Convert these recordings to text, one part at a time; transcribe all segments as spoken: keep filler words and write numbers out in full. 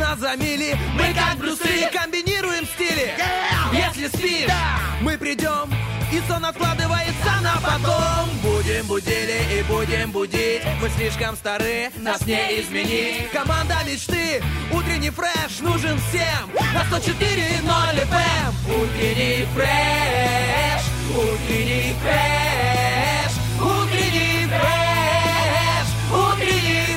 нас за мили. Мы как Брюс Ли комбинируем стили. Если спим, мы придем, и сон откладывается на потом. Будем будили и будем будить. Мы слишком стары, нас не изменить. Команда мечты, утренний фреш нужен всем. На сто четыре ноль эф эм. Утренний фреш, утренний фреш, утренний фреш, утренний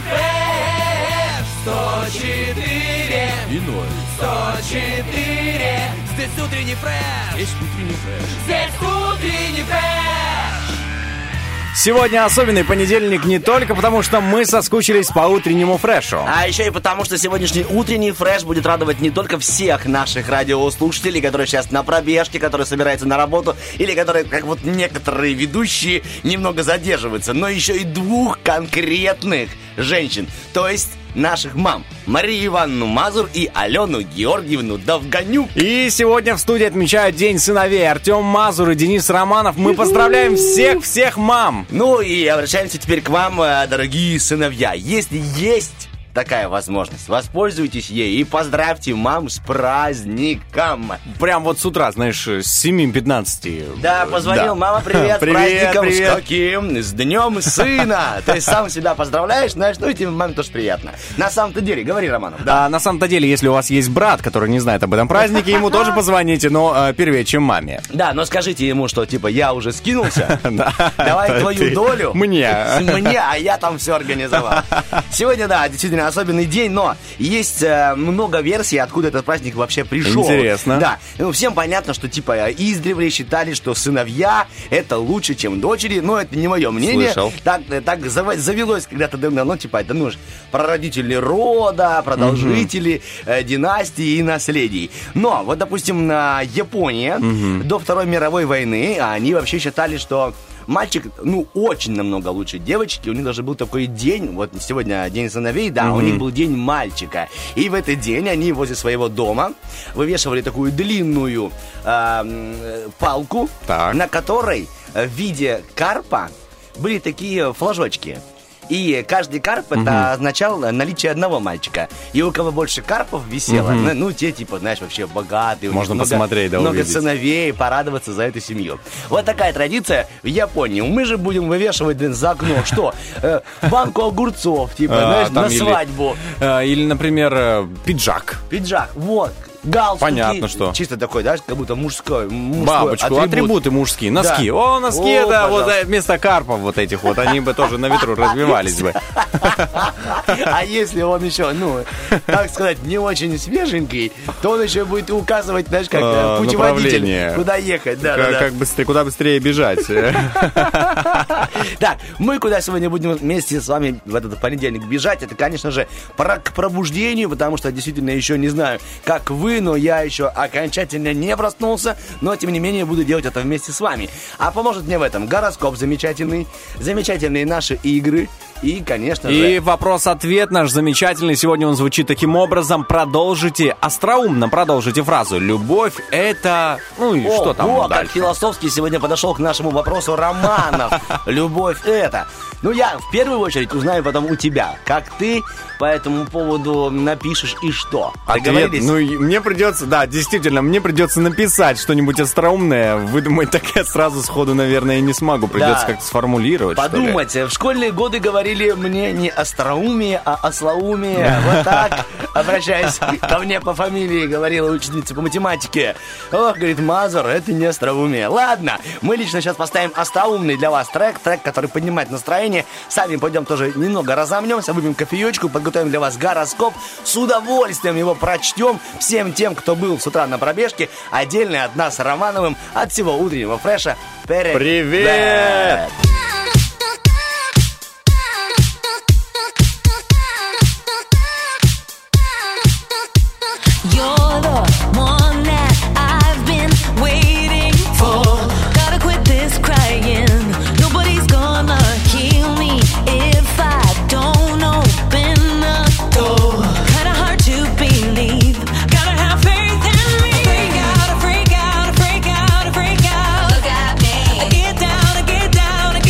фреш. Сто четыре и ноль. Сто четыре. Здесь утренний фреш. Здесь утренний фреш. Здесь утренний фреш. Сегодня особенный понедельник не только потому, что мы соскучились по утреннему фрешу. А еще и потому, что сегодняшний утренний фреш будет радовать не только всех наших радиослушателей, которые сейчас на пробежке, которые собираются на работу, или которые, как вот некоторые ведущие, немного задерживаются, но еще и двух конкретных женщин, то есть наших мам. Марию Ивановну Мазур и Алену Георгиевну Довганюк. И сегодня в студии отмечают День сыновей. Артем Мазур и Денис Романов. Мы поздравляем всех-всех мам. Ну и обращаемся теперь к вам, дорогие сыновья. Если есть такая возможность, воспользуйтесь ей и поздравьте мам с праздником. Прям вот с утра, знаешь, с семи пятнадцати. Да, позвонил, да. Мама, привет, привет, праздником, привет. С каким? С днем сына. То есть сам себя поздравляешь, знаешь, ну и тебе маме тоже приятно. На самом-то деле, говори, Романов. Да, на самом-то деле, если у вас есть брат, который не знает об этом празднике, ему тоже позвоните, но первее, чем маме. Да, но скажите ему, что типа я уже скинулся, давай твою долю. Мне. Мне, а я там все организовал. Сегодня, да, действительно особенный день, но есть э, много версий, откуда этот праздник вообще пришел. Интересно. Да, ну, всем понятно, что типа издревле считали, что сыновья это лучше, чем дочери, но это не мое мнение. Слышал. Так, так завелось когда-то давно, типа это ну прародители рода, продолжители угу. э, династии и наследий. Но вот, допустим, на Япония угу. до Второй мировой войны они вообще считали, что мальчик, ну, очень намного лучше девочки. У них даже был такой день, вот сегодня день сыновей, да, mm-hmm. у них был день мальчика. И в этот день они возле своего дома вывешивали такую длинную э, палку, так. на которой в виде карпа были такие флажочки. И каждый карп uh-huh. это означал наличие одного мальчика. И у кого больше карпов висело, uh-huh. ну, ну, те, типа, знаешь, вообще богатые. Можно много, посмотреть, да, много увидеть. сыновей, порадоваться за эту семью. Вот такая традиция в Японии. Мы же будем вывешивать за окно, что? Банку огурцов, типа, знаешь, на свадьбу. Или, например, пиджак. Пиджак, вот. Галстуки. Понятно, что. Чисто такой, да, как будто мужской, мужской бабочку, атрибут. атрибуты мужские, носки. Да. О, носки, О, это вот вместо карпов вот этих вот, они бы тоже на ветру развивались бы. А если он еще, ну, так сказать, не очень свеженький, то он еще будет указывать, знаешь, как путеводитель, куда ехать. Как быстрее, куда быстрее бежать. Так, мы куда сегодня будем вместе с вами в этот понедельник бежать, это, конечно же, к пробуждению, потому что действительно еще не знаю, как вы, но я еще окончательно не проснулся, но тем не менее буду делать это вместе с вами. А поможет мне в этом гороскоп замечательный, замечательные наши игры и, конечно же... И вопрос-ответ наш замечательный. Сегодня он звучит таким образом. Продолжите, остроумно продолжите фразу. Любовь — это... Ну и о, что там о, дальше? Как философски сегодня подошел к нашему вопросу Романов. Любовь — это... Ну, я в первую очередь узнаю потом у тебя, как ты по этому поводу напишешь и что. Ответ, ну, мне придется, да, действительно, мне придется написать что-нибудь остроумное. Выдумать так я сразу сходу, наверное, не смогу. Придется да. как-то сформулировать. Подумать. В школьные годы говорили мне не остроумие, а ослоумие. Вот так, обращаясь ко мне по фамилии, говорила ученица по математике. Ох, говорит, Мазур, это не остроумие. Ладно, мы лично сейчас поставим остроумный для вас трек, трек, который поднимает настроение. Сами пойдем тоже немного разомнемся, выпьем кофеечку, подготовим для вас гороскоп. С удовольствием его прочтем всем тем, кто был с утра на пробежке. Отдельно от нас с Романовым, от всего утреннего фреша. Привет! Привет! Get down, get down.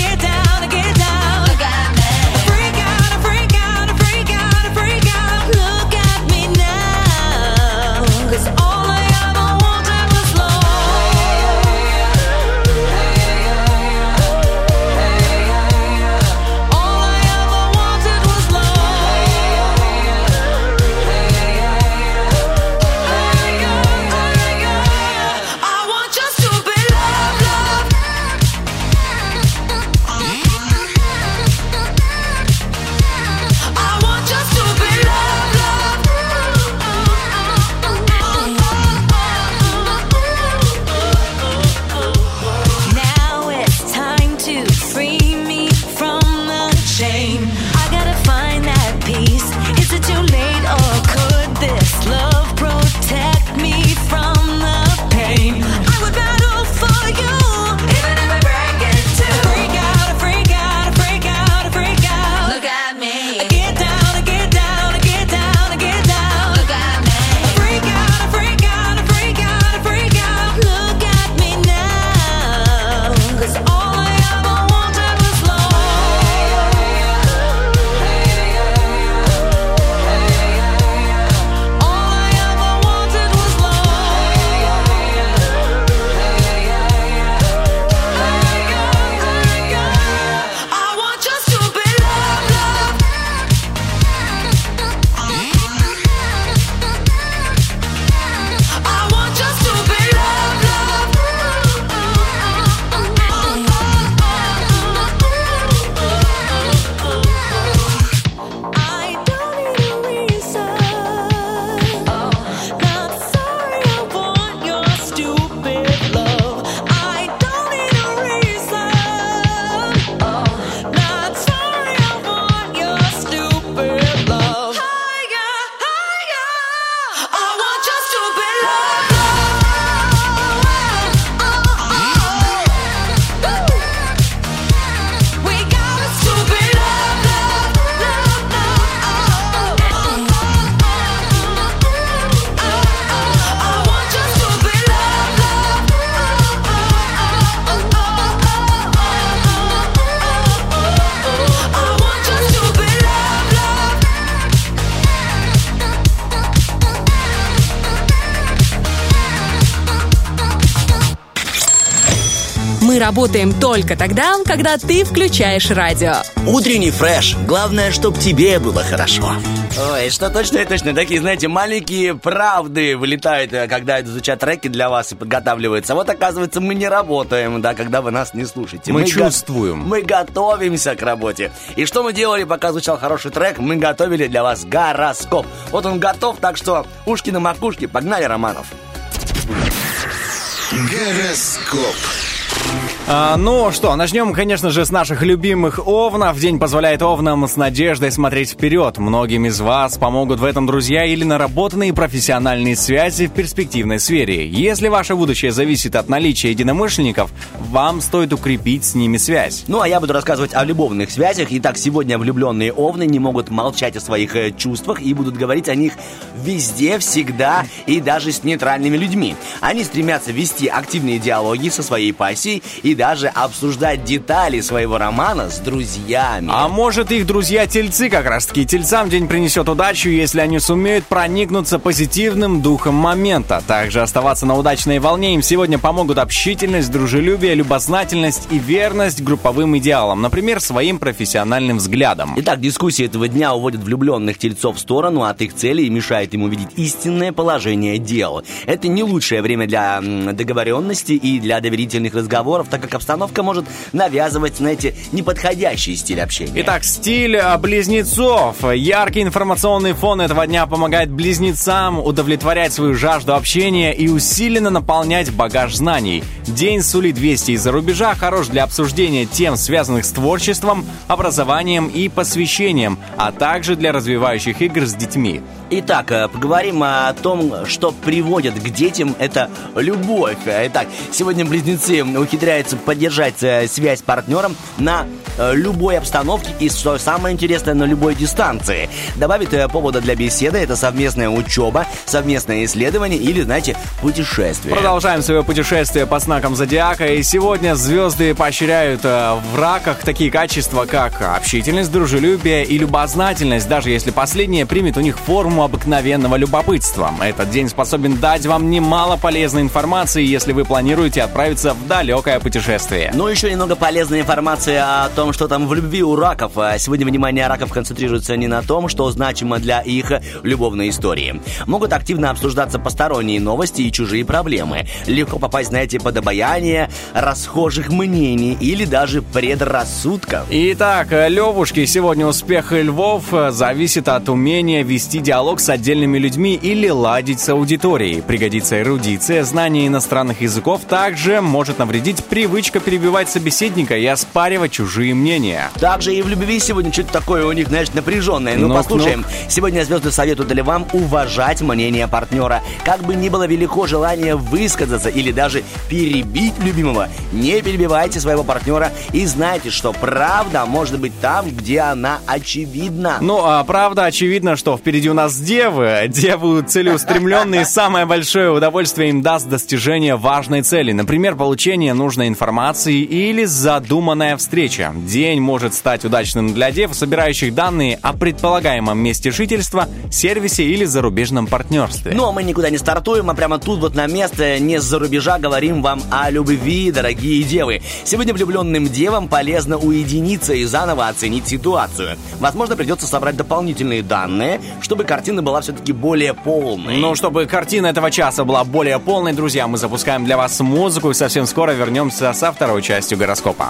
работаем только тогда, когда ты включаешь радио. Утренний фреш. Главное, чтобы тебе было хорошо. Ой, что точно и точно. Такие, знаете, маленькие правды вылетают, когда звучат треки для вас и подготавливаются. Вот, оказывается, мы не работаем, да, когда вы нас не слушаете. Мы, мы чувствуем. Го- мы готовимся к работе. И что мы делали, пока звучал хороший трек? Мы готовили для вас гороскоп. Вот он готов, так что ушки на макушке. Погнали, Романов. Гороскоп. А, ну что, начнем, конечно же, с наших любимых овнов. День позволяет овнам с надеждой смотреть вперед. Многим из вас помогут в этом друзья или наработанные профессиональные связи в перспективной сфере. Если ваше будущее зависит от наличия единомышленников, вам стоит укрепить с ними связь. Ну, а я буду рассказывать о любовных связях. Итак, сегодня влюбленные овны не могут молчать о своих э, чувствах и будут говорить о них везде, всегда и даже с нейтральными людьми. Они стремятся вести активные диалоги со своей пассией и даже обсуждать детали своего романа с друзьями. А может, их друзья-тельцы как раз-таки. Тельцам день принесет удачу, если они сумеют проникнуться позитивным духом момента. Также оставаться на удачной волне им сегодня помогут общительность, дружелюбие, любознательность и верность групповым идеалам, например, своим профессиональным взглядам. Итак, дискуссии этого дня уводят влюбленных тельцов в сторону от их целей и мешает им увидеть истинное положение дел. Это не лучшее время для договоренности и для доверительных разговоров, так как обстановка может навязывать, знаете, неподходящий стиль общения. Итак, стиль близнецов. Яркий информационный фон этого дня помогает близнецам удовлетворять свою жажду общения и усиленно наполнять багаж знаний. День сулит вести из-за рубежа, хорош для обсуждения тем, связанных с творчеством, образованием и посвящением, а также для развивающих игр с детьми. Итак, поговорим о том, что приводит к детям, это любовь. Итак, сегодня близнецы ухитряются поддержать связь с партнером на любой обстановке и, что самое интересное, на любой дистанции. Добавит повода для беседы, это совместная учеба, совместное исследование или, знаете, путешествие. Продолжаем свое путешествие по знакам зодиака, и сегодня звезды поощряют в раках такие качества, как общительность, дружелюбие и любознательность, даже если последнее примет у них форму обыкновенного любопытства. Этот день способен дать вам немало полезной информации, если вы планируете отправиться в далекое путешествие. Ну, еще немного полезной информации о том, что там в любви у раков. Сегодня внимание раков концентрируется не на том, что значимо для их любовной истории. Могут активно обсуждаться посторонние новости и чужие проблемы. Легко попасть, знаете, под обаяние расхожих мнений или даже предрассудков. Итак, левушки, сегодня успех львов зависит от умения вести диалог с отдельными людьми или ладить с аудиторией. Пригодится эрудиция, знание иностранных языков. Также может навредить привычка перебивать собеседника и оспаривать чужие мнения. Также и в любви сегодня что-то такое у них, знаешь, напряженное. Ну, ну послушаем. Ну. Сегодня звезды советуют ли вам уважать мнение партнера. Как бы ни было велико желание высказаться или даже перебить любимого, не перебивайте своего партнера и знайте, что правда может быть там, где она очевидна. Ну, а правда очевидно, что впереди у нас девы. Девы целеустремленные, самое большое удовольствие им даст достижение важной цели. Например, получение нужной информации или задуманная встреча. День может стать удачным для дев, собирающих данные о предполагаемом месте жительства, сервисе или зарубежном партнерстве. Но мы никуда не стартуем, а прямо тут вот на место, не с-за рубежа, говорим вам о любви, дорогие девы. Сегодня влюбленным девам полезно уединиться и заново оценить ситуацию. Возможно, придется собрать дополнительные данные, чтобы картина была все-таки более полной. Ну, чтобы картина этого часа была более полной, друзья, мы запускаем для вас музыку и совсем скоро вернемся со второй частью гороскопа.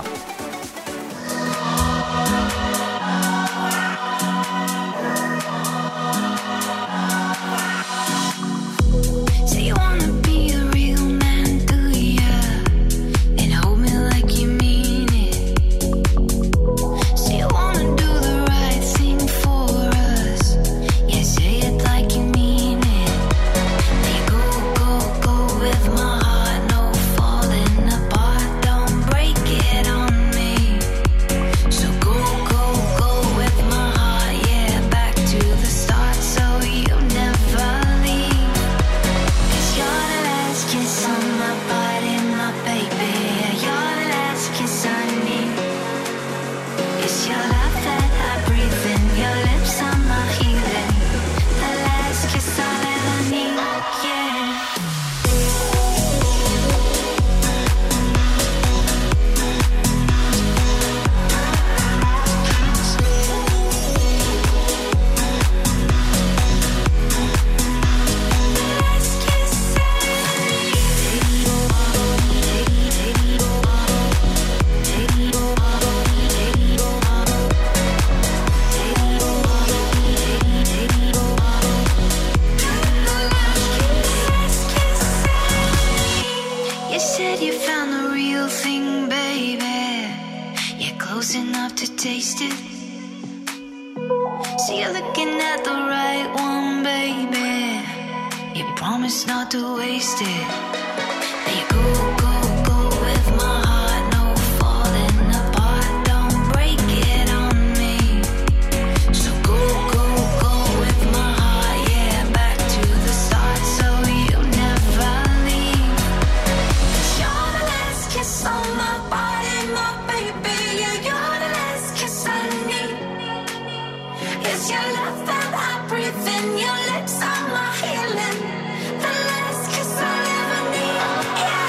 With my heart, no falling apart. Don't break it on to taste it. See you're looking at the right one, baby. You promise not to waste it. Now you go, go, go with my heart, no falling apart. Don't break it on me. So go, go, go with my heart, yeah, back to the start, so you never leave. 'Cause you're the last kiss on my body, my baby. Yeah, you're the last kiss I need. It's your love that I breathe in, your lips are my healing. The last kiss I'll ever need, yeah.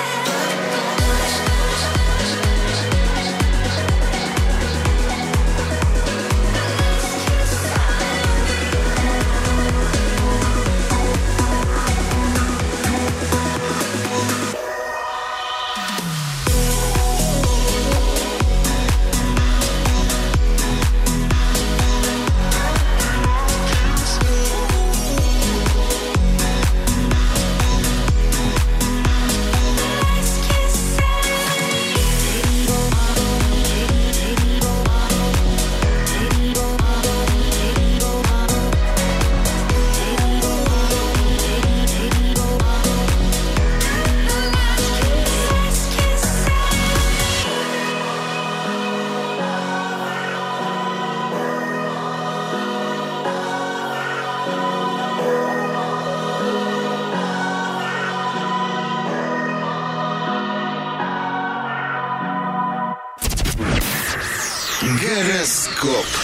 Гороскоп.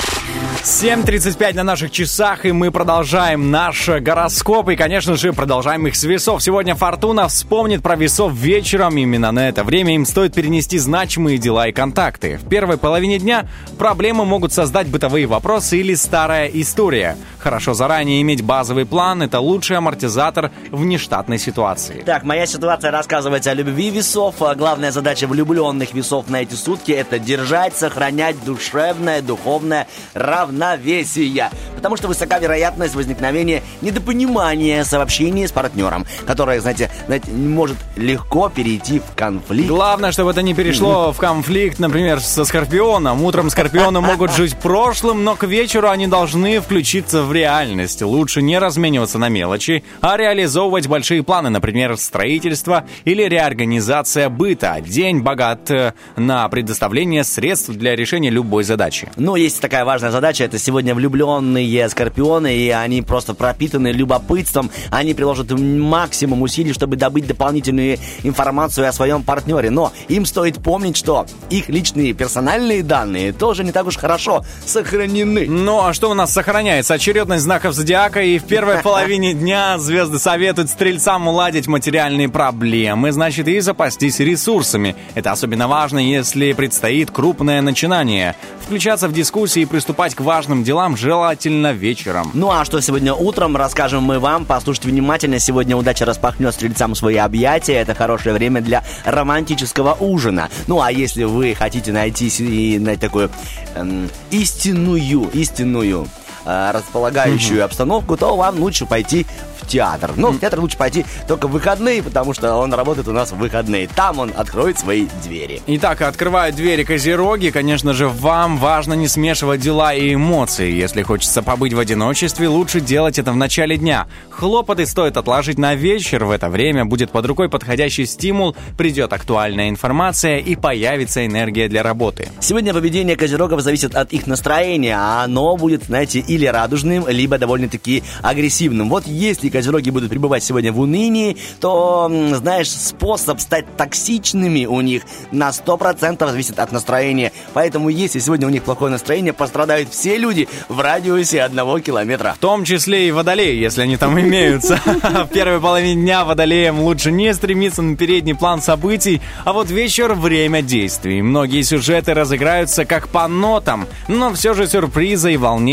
семь тридцать пять на наших часах, и мы продолжаем наш гороскоп. И, конечно же, продолжаем их с весов. Сегодня Фортуна вспомнит про весов вечером. Именно на это время им стоит перенести значимые дела и контакты. В первой половине дня проблемы могут создать бытовые вопросы или старая история. Хорошо заранее иметь базовый план – это лучший амортизатор внештатной ситуации. Так, моя ситуация рассказывается о любви весов. Главная задача влюбленных весов на эти сутки – это держать, сохранять душевное, духовное равновесие. Потому что высока вероятность возникновения недопонимания в общении с партнером, которое, знаете, знаете, может легко перейти в конфликт. Главное, чтобы это не перешло в конфликт, например, со Скорпионом. Утром Скорпионы могут жить прошлым, но к вечеру они должны включиться в реальность. Лучше не размениваться на мелочи, а реализовывать большие планы, например, строительство или реорганизация быта. День богат на предоставление средств для решения любой задачи. Но есть такая важная задача, это сегодня влюбленные скорпионы, и они просто пропитаны любопытством. Они приложат максимум усилий, чтобы добыть дополнительную информацию о своем партнере. Но им стоит помнить, что их личные персональные данные тоже не так уж хорошо сохранены. Ну, а что у нас сохраняется? Очередность знаков зодиака, и в первой половине дня звезды советуют стрельцам уладить материальные проблемы, значит, и запастись ресурсами. Это особенно важно, если предстоит крупное начинание. Включаться в дискуссии и приступать к важным делам желательно вечером. Ну а что сегодня утром, расскажем мы вам. Послушайте внимательно. Сегодня удача распахнет стрельцам свои объятия. Это хорошее время для романтического ужина. Ну а если вы хотите найти и найти такую эм, истинную, истинную э, располагающую угу. обстановку, то вам лучше пойти в театр. Ну, в театр лучше пойти только в выходные, потому что он работает у нас в выходные. Там он откроет свои двери. Итак, открывают двери козероги. Конечно же, вам важно не смешивать дела и эмоции. Если хочется побыть в одиночестве, лучше делать это в начале дня. Хлопоты стоит отложить на вечер. В это время будет под рукой подходящий стимул, придет актуальная информация и появится энергия для работы. Сегодня поведение козерогов зависит от их настроения, а оно будет, знаете, или радужным, либо довольно-таки агрессивным. Вот если козероги будут пребывать сегодня в унынии, то, знаешь, способ стать токсичными у них на сто процентов зависит от настроения. Поэтому, если сегодня у них плохое настроение, пострадают все люди в радиусе одного километра. В том числе и водолеи, если они там имеются. В первой половине дня водолеям лучше не стремиться на передний план событий, а вот вечер — время действий. Многие сюжеты разыграются как по нотам, но все же сюрприза и волнений не избежать.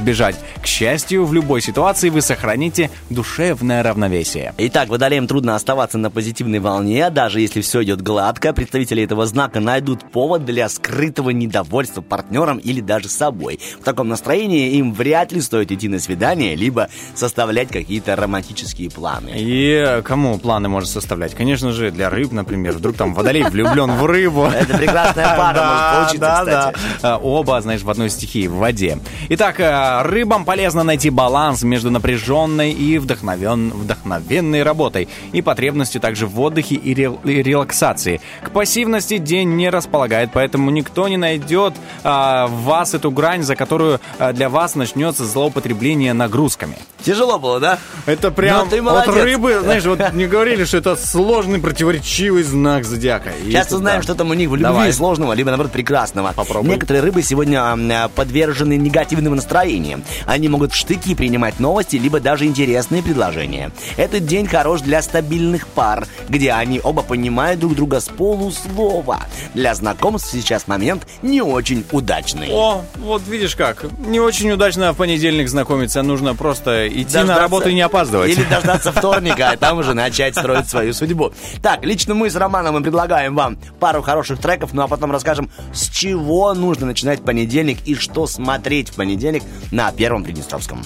избежать. К счастью, в любой ситуации вы сохраните душевное равновесие. Итак, водолеям трудно оставаться на позитивной волне, даже если все идет гладко. Представители этого знака найдут повод для скрытого недовольства партнером или даже собой. В таком настроении им вряд ли стоит идти на свидание, либо составлять какие-то романтические планы. И кому планы может составлять? Конечно же, для рыб, например. Вдруг там водолей влюблен в рыбу. Это прекрасная пара может получиться, кстати. Да. Оба, знаешь, в одной стихии, в воде. Итак, рыбам полезно найти баланс между напряженной и вдохновен... вдохновенной работой и потребностью также в отдыхе и, ре... и релаксации. К пассивности день не располагает, поэтому никто не найдет а, в вас эту грань, за которую а, для вас начнется злоупотребление нагрузками. Тяжело было, да? Это прям от рыбы, знаешь, вот не говорили, что это сложный, противоречивый знак зодиака. Сейчас узнаем, что там у них в любви. Давай. Сложного, либо, наоборот, прекрасного. Попробуй. Некоторые рыбы сегодня подвержены негативным настроениям. Они могут в штыки принимать новости, либо даже интересные предложения. Этот день хорош для стабильных пар, где они оба понимают друг друга с полуслова. Для знакомств сейчас момент не очень удачный. О, вот видишь как. Не очень удачно в понедельник знакомиться. Нужно просто идти дождаться, на работу и не опаздывать. Или дождаться вторника, а там уже начать строить свою судьбу. Так, лично мы с Романом мы предлагаем вам пару хороших треков, ну а потом расскажем, с чего нужно начинать понедельник и что смотреть в понедельник на Первом Приднестровском.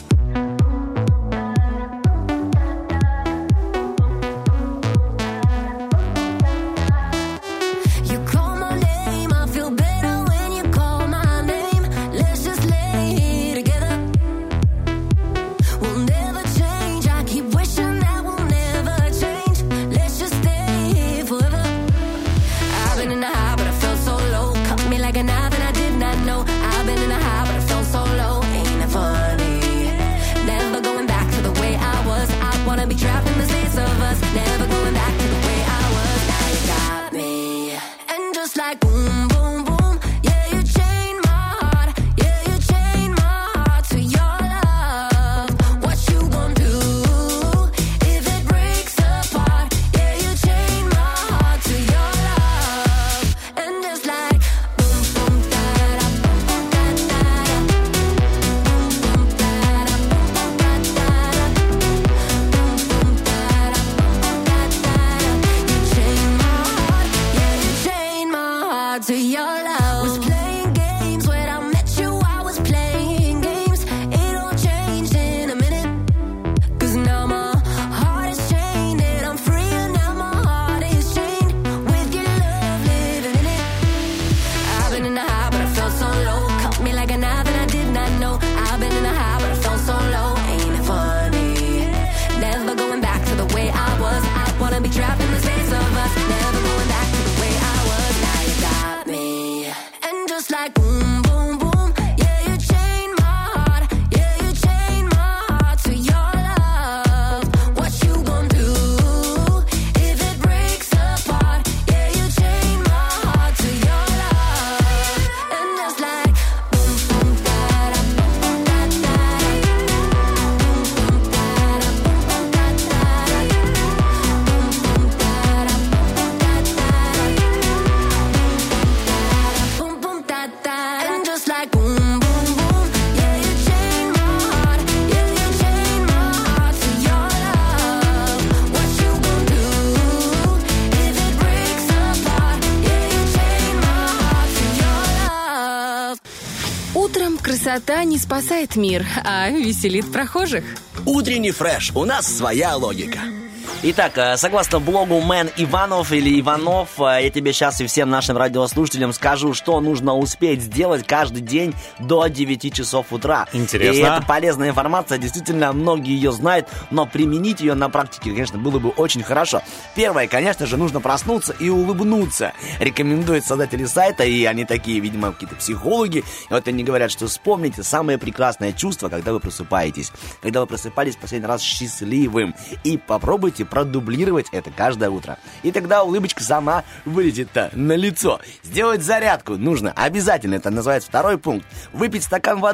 Красота не спасает мир, а веселит прохожих. Утренний фреш. У нас своя логика. Итак, согласно блогу Мэн Иванов или Иванов, я тебе сейчас и всем нашим радиослушателям скажу, что нужно успеть сделать каждый день до девяти часов утра. Интересно. И это полезная информация, действительно, многие ее знают, но применить ее на практике, конечно, было бы очень хорошо. Первое, конечно же, нужно проснуться и улыбнуться. Рекомендуют создатели сайта, и они такие, видимо, какие-то психологи. И вот они говорят, что вспомните самое прекрасное чувство, когда вы просыпаетесь. Когда вы просыпались в последний раз счастливым. И попробуйте продублировать это каждое утро. И тогда улыбочка сама вылезет-то на лицо. Сделать зарядку нужно обязательно. Это называется второй пункт. Выпить стакан воды.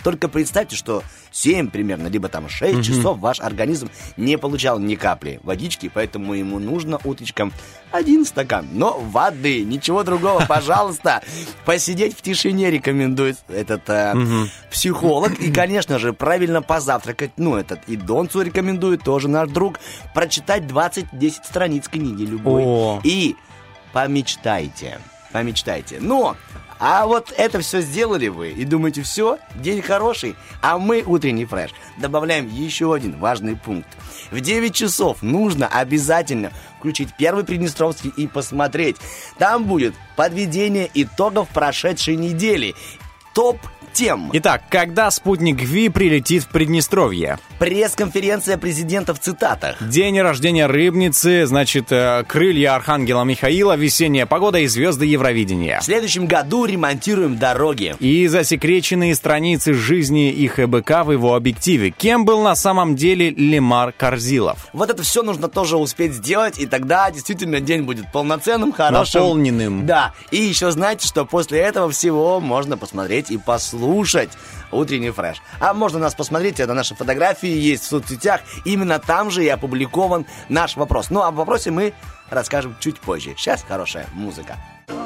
Только представьте, что семь примерно, либо там шесть mm-hmm. часов ваш организм не получал ни капли водички, поэтому ему нужно утречком один стакан, но воды, ничего другого, пожалуйста. Посидеть в тишине рекомендует этот э, mm-hmm. психолог. И, конечно же, правильно позавтракать, ну, этот и Донцу рекомендует, тоже наш друг, прочитать двадцать-десять страниц книги любой. Oh. И помечтайте, помечтайте. Но... А вот это все сделали вы и думаете, все, день хороший, а мы, утренний фреш, добавляем еще один важный пункт. В девять часов нужно обязательно включить первый Приднестровский и посмотреть. Там будет подведение итогов прошедшей недели. Топ тем. Итак, когда спутник Ви прилетит в Приднестровье? Пресс-конференция президента в цитатах. День рождения Рыбницы, значит, крылья Архангела Михаила, весенняя погода и звезды Евровидения. В следующем году ремонтируем дороги. И засекреченные страницы жизни и ХБК в его объективе. Кем был на самом деле Лемар Карзилов? Вот это все нужно тоже успеть сделать, и тогда действительно день будет полноценным, хорошим. Наполненным. Да. И еще знаете, что после этого всего можно посмотреть и послушать. слушать утренний фреш. А можно нас посмотреть, это наши фотографии есть в соцсетях. Именно там же и опубликован наш вопрос. Ну, об вопросе мы расскажем чуть позже. Сейчас хорошая музыка.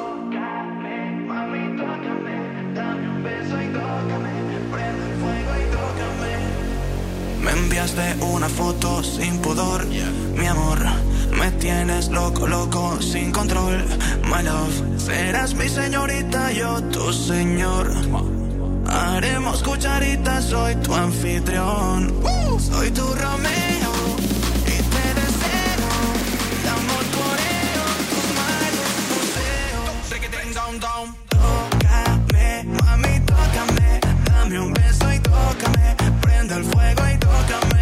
Me enviaste una foto sin pudor, mi amor. Me tienes loco, loco, sin control. My love, serás mi señorita, yo tu señor. Haremos cucharitas, soy tu anfitrión. Soy tu Romeo y te deseo. El amor toreo, tus manos museo. Reggaeton down down. Tócame, mami, tócame. Dame un beso y tócame. Prende el fuego y tócame.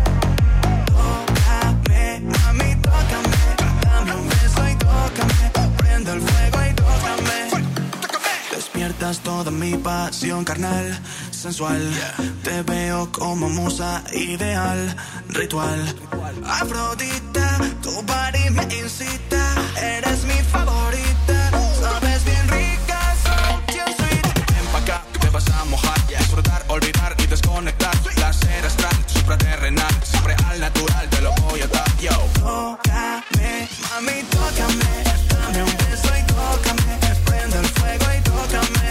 Tócame, mami, tócame. Dame un beso y tócame. Prende el fuego y tócame. Despiertas toda mi pasión carnal, sensual. Te veo como musa ideal, ritual. Afrodita, tu body me incita. Eres mi favorita, sabes bien rica, so sweet. Ven pa' acá, que te vas a mojar. Disfrutar, olvidar y desconectar. Placer astral, supraterrenal. Siempre al natural, te lo voy a dar, yo. Tócame, mami, tócame. Dame un beso y tócame. Prende el fuego y tócame.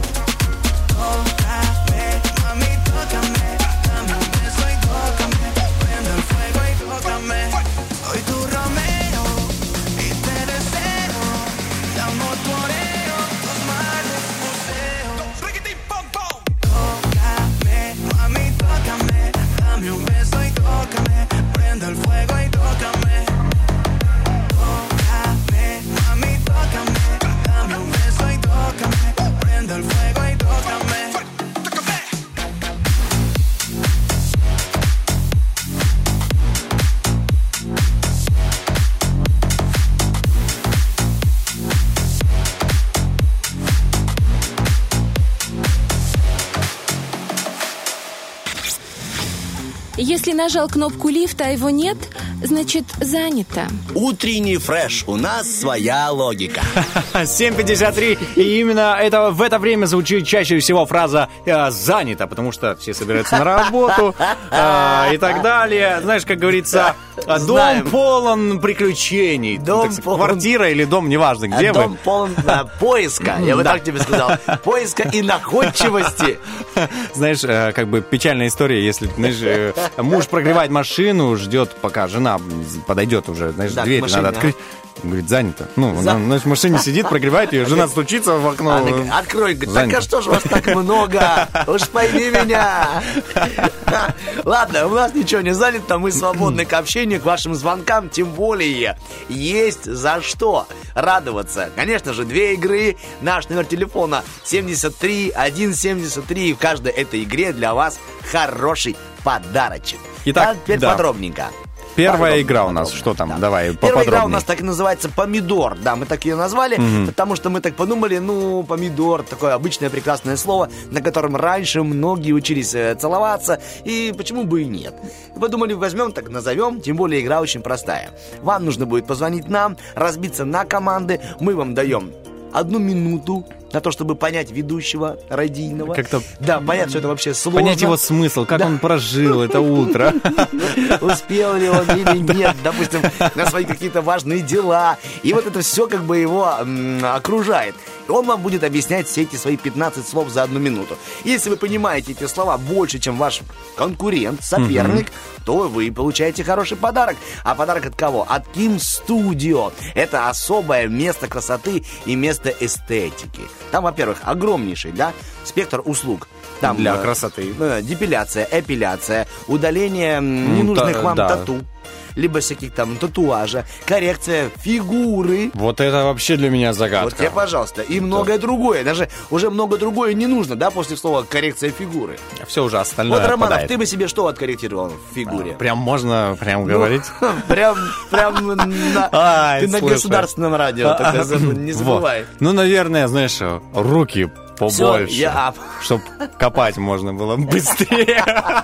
Tócame, mami, tócame. Dame un beso y tócame. Prende el fuego y tócame. Soy tu Romeo y te deseo. El amor toreo, tus manos museo. Tócame, mami, tócame. Dame un beso y tócame. Prende el fuego y tócame. Tócame, mami, tócame. Dame un beso y tócame. Prende el fuego y tócame. Если нажал кнопку лифта, а его нет, значит, занято. Утренний фреш. У нас своя логика. семь пятьдесят три. И именно это, в это время звучит чаще всего фраза э, «занято», потому что все собираются на работу э, и так далее. Знаешь, как говорится, дом Знаем. полон приключений. Дом Так, полон- Квартира или дом, неважно, где Дом вы. полон а, поиска, я бы так тебе сказал. Поиска и находчивости. Знаешь, э, как бы печальная история, если, знаешь, э, муж прогревает машину, ждет, пока жена подойдет уже, знаешь, Да, к дверь машине, надо открыть. Говорит, занято. Ну, За- она, знаешь, в машине сидит, прогревает ее, жена стучится в окно. Она говорит, открой, говорит, так Занято. а что ж вас так много? Уж пойми меня. Ладно, у нас ничего не занято, мы свободны к общению, к вашим звонкам, тем более есть за что радоваться. Конечно же, две игры, наш номер телефона семьдесят три сто семьдесят три, и в каждой этой игре для вас хороший подарочек. Итак, А теперь да. подробненько. Первая Подробно, игра у нас, подробно, что там? да. Давай, Первая игра у поподробнее. нас так и называется «Помидор». Да, мы так ее назвали, потому что мы так подумали, ну, помидор, такое обычное прекрасное слово, на котором раньше многие учились э, целоваться, и почему бы и нет. Подумали, возьмем, так назовем, тем более игра очень простая. Вам нужно будет позвонить нам, разбиться на команды, мы вам даем одну минуту на то, чтобы понять ведущего радийного. Как-то Да, понять, что это вообще сложно. понять его смысл, как Да. он прожил это утро. Успел ли он или нет, допустим, на свои какие-то важные дела. И вот это все как бы его м, окружает. И он вам будет объяснять все эти свои пятнадцать слов за одну минуту. Если вы понимаете эти слова больше, чем ваш конкурент, соперник, то вы получаете хороший подарок. А подарок от кого? От Kim Studio. Это особое место красоты и место эстетики. Там, во-первых, огромнейший, да, спектр услуг. Там Для э, красоты. э, депиляция, эпиляция, удаление м, Ну, ненужных та- вам да. тату, либо всяких там татуажа, коррекция фигуры. Вот это вообще для меня загадка. Вот тебе, пожалуйста. И многое другое. Даже уже много другое не нужно, да, после слова коррекция фигуры. Все уже остальное Вот, Романов, отпадает. ты бы себе что откорректировал в фигуре? Прям можно прям Ну, говорить? Прям, прям на, Ай, ты на слушай. государственном радио, только заб- не забывай. Вот. Ну, наверное, знаешь, руки побольше, Всё, я- чтобы копать можно было быстрее.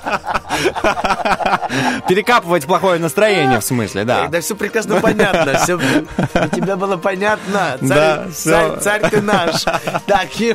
Перекапывать плохое настроение, в смысле, да. Да, все прекрасно понятно. Все, у тебя было понятно. Царь, Да, царь, всё. царь ты наш. Так, и-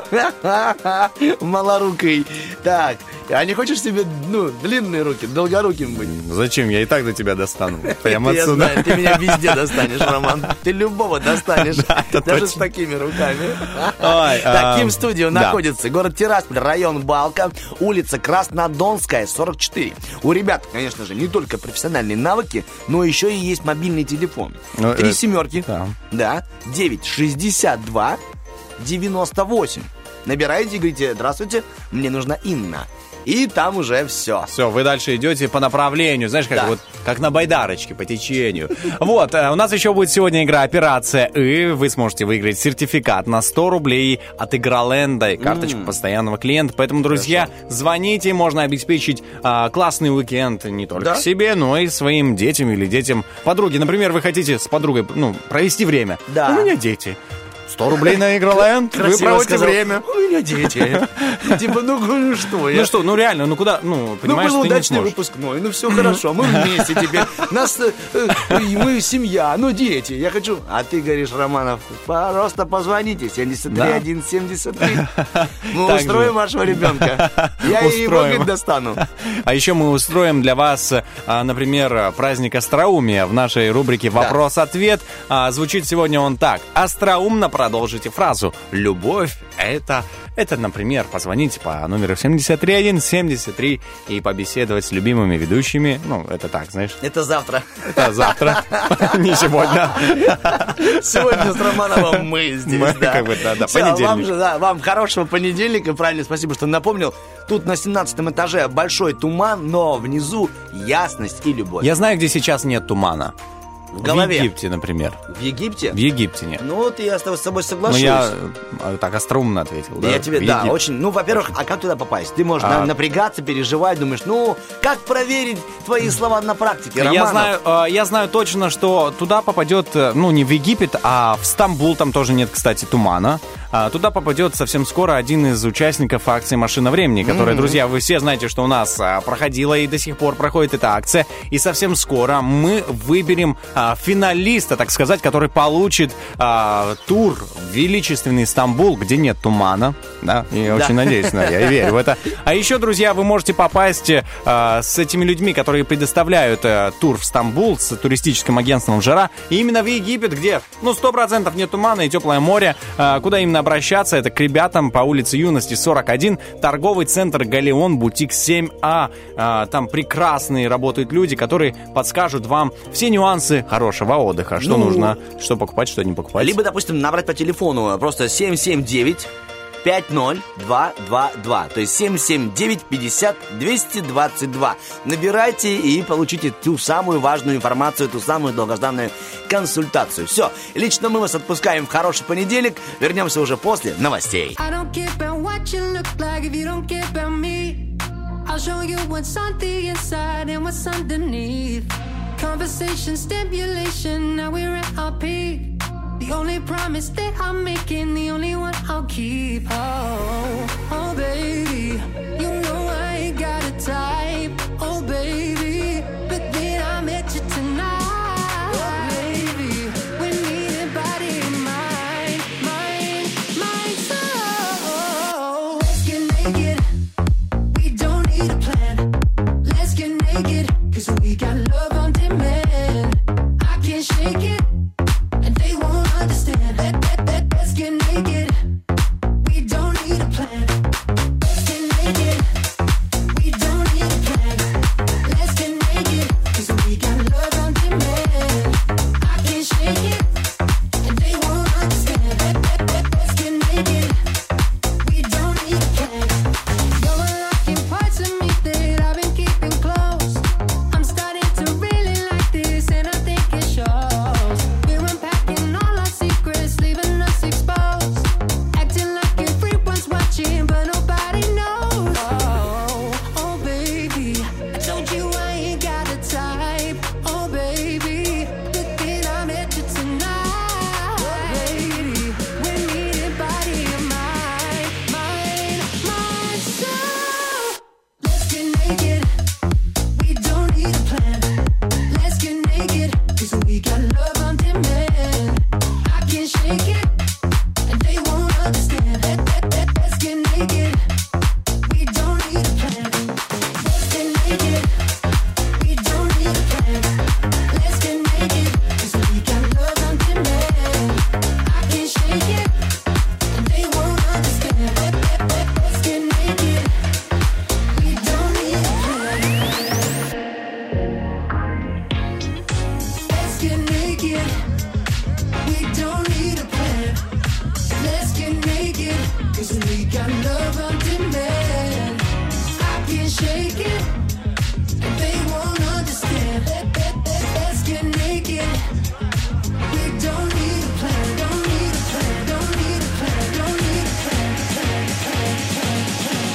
малорукий. Так, а не хочешь себе, ну, длинные руки, долгоруким быть? Зачем? Я и так до тебя достану. Прямо Я отсюда. знаю, ты меня везде достанешь, Роман. Ты любого достанешь. это Даже с точно. такими руками. Ой, Так, а, Kim Studio да. находится. Город Тирасполь, район Балка, улица Краснодонская, сорок четыре. У ребят, конечно же, не только профессиональные навыки, но еще и есть мобильный телефон. Ну, Три э, семерки. да. Да. девять шестьдесят два девяносто восемь. Набираете и говорите: здравствуйте, мне нужна Инна. И там уже все. Все, вы дальше идете по направлению, знаешь, как Да. вот как на байдарочке, по течению. Вот, э, у нас еще будет сегодня игра «Операция И». Вы сможете выиграть сертификат на сто рублей от Игроленда и карточку постоянного клиента. Поэтому, друзья, звоните, можно обеспечить а, классный уикенд не только Да? себе, но и своим детям или детям подруги. Например, вы хотите с подругой, ну, провести время. Да. У меня дети. сто рублей на Игроленд, вы Красиво проводите сказал. время. У меня дети. Типа, ну ну что я? Ну что, ну реально, ну куда, ну, Ну, понимаешь, был ты не удачный сможешь. выпускной, ну все хорошо, мы вместе теперь. Нас, э, э, мы семья, ну дети, я хочу. А ты говоришь, Романов, просто позвоните, семьдесят три Да. один семьдесят три. Мы Так устроим же. вашего ребенка. Я и его, Устроим. говорит, достану. А еще мы устроим для вас, а, например, праздник остроумия в нашей рубрике «Вопрос-ответ». А, Звучит сегодня он так. Остроумно продолжите фразу. Любовь — это... Это, например, позвонить по номеру семьдесят три один семьдесят три и побеседовать с любимыми ведущими. Ну, это так, знаешь, Это завтра. это завтра, не сегодня. Сегодня с Романовым мы здесь, Мы да. как бы, да, да, Всё, вам понедельник. же, да, вам хорошего понедельника, правильно, спасибо, что напомнил. Тут на семнадцатом этаже большой туман, но внизу ясность и любовь. Я знаю, где сейчас нет тумана. В голове. В Египте, например. В Египте? В Египте нет. Ну, вот я с тобой с собой Ну, соглашусь. я э, так остроумно ответил. Да, да, я тебе, в да, Египте. очень. Ну, во-первых, а как туда попасть? Ты можешь А. на- напрягаться, переживать, думаешь, ну, как проверить твои слова на практике, Я Романов? знаю, э, я знаю точно, что туда попадет, э, ну, не в Египет, а в Стамбул, там тоже нет, кстати, тумана. А туда попадет совсем скоро один из участников акции «Машина времени», которая, друзья, вы все знаете, что у нас а, проходила и до сих пор проходит эта акция. И совсем скоро мы выберем а, финалиста, так сказать, который получит а, тур в величественный Стамбул, где нет тумана. Да, я очень надеюсь, на я и верю в это. А еще, друзья, вы можете попасть а, с этими людьми, которые предоставляют а, тур в Стамбул с туристическим агентством «Жара», и именно в Египет, где, ну, сто процентов нет тумана и теплое море. А, куда именно обращаться? Это к ребятам по улице Юности сорок один, торговый центр «Галеон», бутик семь А. А, там прекрасные работают люди, которые подскажут вам все нюансы хорошего отдыха. Что Ну, нужно, что покупать, что не покупать. Либо, допустим, набрать по телефону просто семь семь девять пять ноль два два два, то есть семь семь девять пятьдесят двести двадцать два. Набирайте и получите ту самую важную информацию, ту самую долгожданную консультацию. Все, лично мы вас отпускаем в хороший понедельник. Вернемся уже после новостей. I don't care about what you look like if you don't care about me. I'll show you what's on the inside and what's underneath. Conversation, stimulation, now we're at our peak. The only promise that I'm making, the only one I'll keep. Oh, oh baby, you know I ain't got a type. Oh baby, but then I met you tonight. Oh baby, we need a body and mind, mind, mind, soul. naked. We don't need a plan. Let's get naked, cause we got love on demand. I can't shake it, and they won't understand. Let, let, let, let's get naked. We don't need a plan. Let's get naked. We don't need a plan. Let's get naked, cause we got love on demand. I can't shake it, and they won't understand. Let, let, let, let's get naked. We don't need a plan. You're unlocking parts of me that I've been keeping close. I'm starting to really like this, and I think it shows. We're unpacking all our secrets, leaving us exposed. Acting like everyone's watching, but nobody knows. Oh, oh baby, I told you I ain't got a type. Oh baby, good thing I met you tonight. Lady, we're needing body of mine, mine, mine. So let's get naked. We don't need a plan. Let's get naked, cause we got love on demand. I can't shake it, and they won't understand. Let, let, let, let's get naked. We don't need a plan. Let's get naked. We don't need a plan. Let's get naked, cause we got love on demand. I can't shake it, and they won't understand. Let, let, let, let's get naked. We don't need a plan. Let's get naked. We don't need a plan. Let's get naked, cause we got love on demand. I can't shake it, and they won't understand. Let, let, let, let's get naked. We don't need a plan, don't need a plan, don't need a plan, don't need a plan, plan, plan, plan,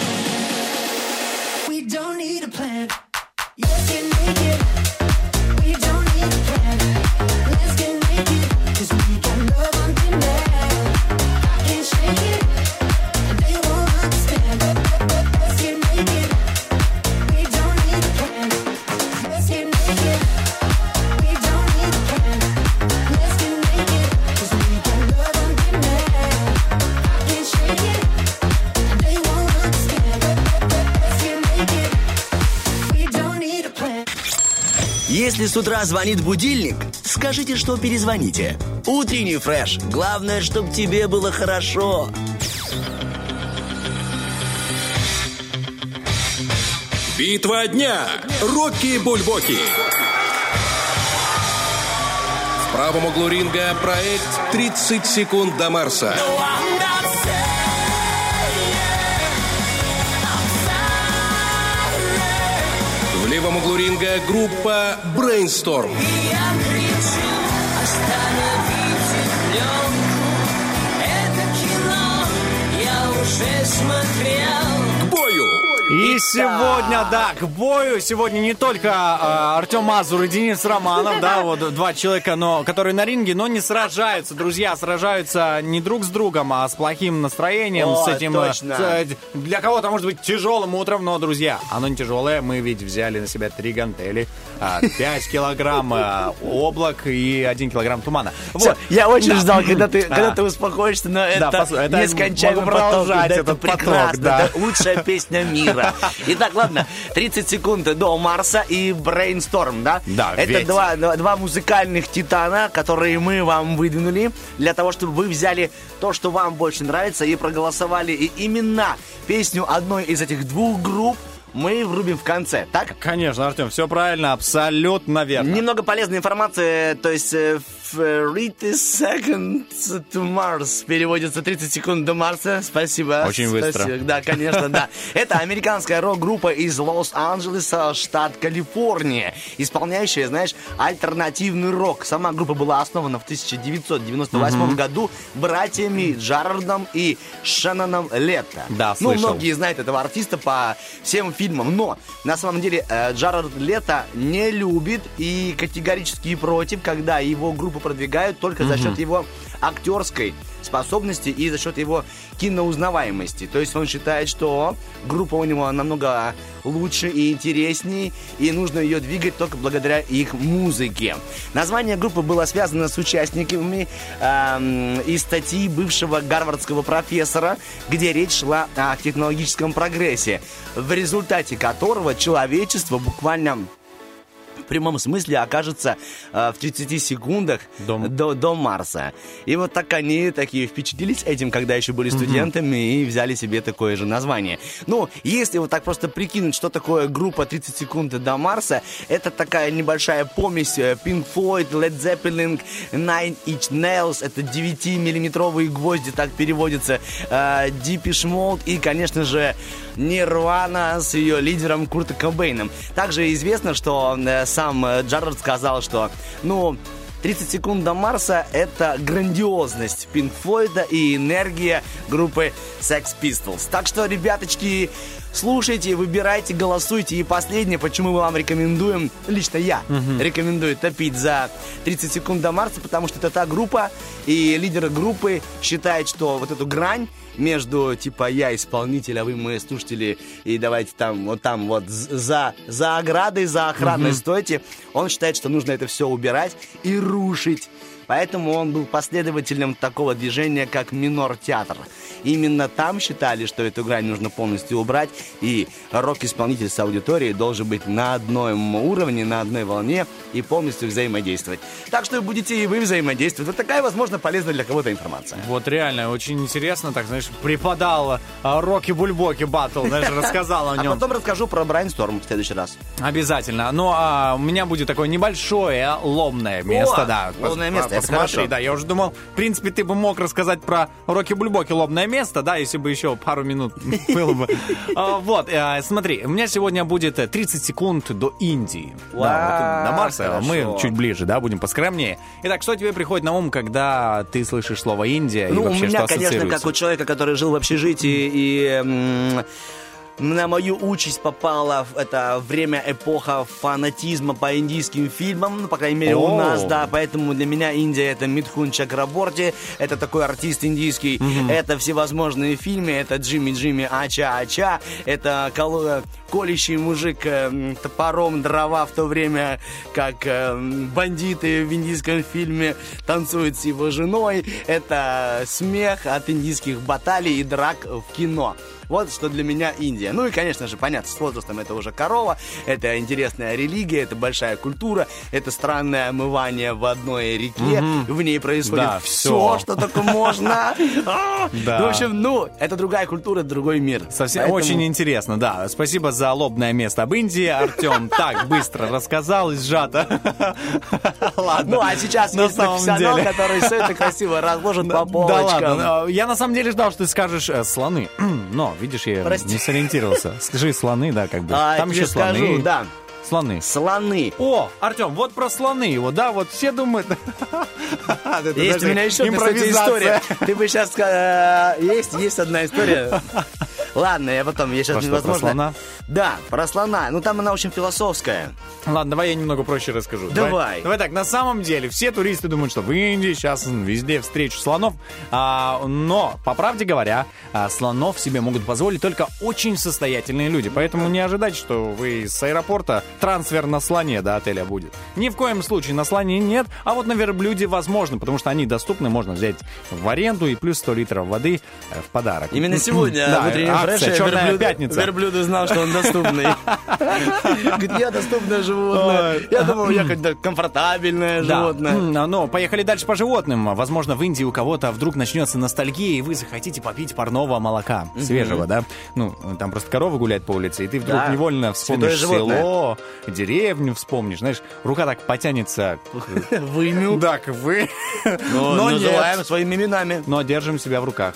plan. We don't need a plan. Let's get naked. We don't need a plan. Let's get naked, cause we got love on demand. I can't shake it, and they won't understand. Let, let, let, let's get naked. We don't need a plan. Let's get naked. We don't need a plan. Let's get naked, cause we got love on demand. I can't shake it, and they won't understand. Let, let, let, let's get naked. We don't need a plan. Если с утра звонит будильник, скажите, что перезвоните. Утренний фреш. Главное, чтобы тебе было хорошо. Битва дня. Рокки Бульбоки. В правом углу ринга проект «тридцать секунд до Марса». В левом углу ринга группа Brainstorm. К бою! И сегодня, да, к бою. Сегодня не только э, Артем Мазур и Денис Романов, да, вот два человека, но, которые на ринге, но не сражаются. Друзья, сражаются не друг с другом, а с плохим настроением, О, с этим... э, точно. с- для кого-то может быть тяжелым утром, но, друзья, оно не тяжелое. Мы ведь взяли на себя три гантели, пять килограмм э, облак и один килограмм тумана. Всё, Вот. я очень Да. ждал, когда ты, А. когда ты успокоишься, но это, пос- это нескончаемый могу поток. продолжать Да, это этот поток, прекрасно, да. это лучшая песня мира. Итак, ладно, тридцать секунд до Марса и Brainstorm, да? Да, это ведь. два, два, два музыкальных титана, которые мы вам выдвинули для того, чтобы вы взяли то, что вам больше нравится, и проголосовали. И именно песню одной из этих двух групп мы врубим в конце, так? Конечно, Артем, все правильно, абсолютно верно. Немного полезной информации, то есть э, thirty seconds to Mars переводится тридцать секунд до Марса. Спасибо. Очень быстро. Спасибо. Да, конечно, да. Это американская рок-группа из Лос-Анджелеса, штат Калифорния, исполняющая, знаешь, альтернативный рок. Сама группа была основана в тысяча девятьсот девяносто восьмом году братьями Джарардом и Шенноном Летто. Да, Ну, слышал. многие знают этого артиста по всем фильмам, но на самом деле э, Джарард Лето не любит и категорически против, когда его группа его продвигают только за счет его актерской способности и за счет его киноузнаваемости. То есть он считает, что группа у него намного лучше и интереснее, и нужно ее двигать только благодаря их музыке. Название группы было связано с участниками эм, из статьи бывшего гарвардского профессора, где речь шла о технологическом прогрессе, в результате которого человечество буквально в прямом смысле окажется э, в тридцати секундах до, до Марса. И вот так они такие впечатлились этим, когда еще были студентами, mm-hmm. и взяли себе такое же название. Ну, если вот так просто прикинуть, что такое группа тридцать секунд до Марса, это такая небольшая помесь Pink Floyd, Led Zeppelin, Nine Inch Nails, это девятимиллиметровые гвозди, так переводится, э, Depeche Mode и, конечно же, Nirvana с ее лидером Куртом Кобейном. Также известно, что э, сам Джаред сказал, что, ну, тридцать секунд до Марса — это грандиозность Пинк Флойда и энергия группы Sex Pistols. Так что, ребяточки, слушайте, выбирайте, голосуйте. И последнее, почему мы вам рекомендуем, лично я uh-huh. рекомендую топить за тридцать секунд до Марса, потому что это та группа, и лидер группы считает, что вот эту грань между, типа, я исполнитель, а вы мои слушатели, и давайте там, вот там, вот, за, за оградой, за охраной uh-huh. стойте. Он считает, что нужно это все убирать и рушить. Поэтому он был последователем такого движения, как минор-театр. Именно там считали, что эту грань нужно полностью убрать, и рок-исполнитель с аудиторией должен быть на одном уровне, на одной волне и полностью взаимодействовать. Так что будете и вы взаимодействовать. Вот такая, возможно, полезная для кого-то информация. Вот реально, очень интересно, так, знаешь, преподал а, Роки-Бульбоки баттл, знаешь, рассказал о нем. А потом расскажу про Брайнсторм в следующий раз. Обязательно. Ну, а у меня будет такое небольшое ломное место, О, да. ломное место, это Посмотри, хорошо. да, я уже думал, в принципе, ты бы мог рассказать про Роки-Бульбоки ломное место, да, если бы еще пару минут было бы. Вот, смотри, у меня сегодня будет тридцать секунд до Индии. До Марса мы чуть ближе, да, будем поскромнее. Итак, что тебе приходит на ум, когда ты слышишь слово Индия и вообще что ассоциируется? Ну, у меня, конечно, как у человека, который жил в общежитии и... На мою участь попала это время, эпоха фанатизма по индийским фильмам, ну, по крайней мере, у нас, да, поэтому для меня Индия — это Митхун Чакраборти, это такой артист индийский, mm-hmm. это всевозможные фильмы, это Джимми-Джимми Ача-Ача, это кол- колющий мужик э, топором дрова в то время, как э, бандиты в индийском фильме танцуют с его женой, это смех от индийских баталий и драк в кино. Вот что для меня Индия. Ну и, конечно же, понятно, с возрастом это уже корова, это интересная религия, это большая культура, это странное омывание в одной реке, mm-hmm. в ней происходит да, все, что только можно. В общем, ну, это другая культура, другой мир. Совсем очень интересно, да. Спасибо за лобное место об Индии, Артем так быстро рассказал и сжато. Ладно. Ну, а сейчас есть профессионал, который все это красиво разложит по полочкам. Да ладно, я на самом деле ждал, что ты скажешь слоны, но видишь, я Прости. не сориентировался. Скажи слоны, да, как бы. А, там еще скажу, слоны. Да. Слоны. Слоны. О, Артем, вот про слоны его, да, вот все думают... Есть у меня еще, кстати, история. Ты бы сейчас... Есть, есть одна история. Ладно, я потом, я сейчас невозможно... Про слона? Да, про слона. Ну, там она очень философская. Ладно, давай я немного проще расскажу. Давай. Давай, давай так, на самом деле, все туристы думают, что в Индии сейчас везде встречу слонов, а, но, по правде говоря, а, слонов себе могут позволить только очень состоятельные люди, поэтому не ожидайте, что вы с аэропорта трансфер на слоне до отеля будет. Ни в коем случае на слоне нет, а вот на верблюде возможно, потому что они доступны, можно взять в аренду и плюс сто литров воды в подарок. Именно сегодня в утреннем фреше «Черная пятница». Верблюд знал, что он доступный. Говорит, я доступное животное. Я думал, я как-то комфортабельное животное. Но поехали дальше по животным. Возможно, в Индии у кого-то вдруг начнется ностальгия, и вы захотите попить парного молока. Свежего, да? Ну, там просто корова гуляет по улице, и ты вдруг невольно вспомнишь село, деревню вспомнишь. Знаешь, рука так потянется. Вымю. Да, к вы. Но называем своими именами. Но держим себя в руках.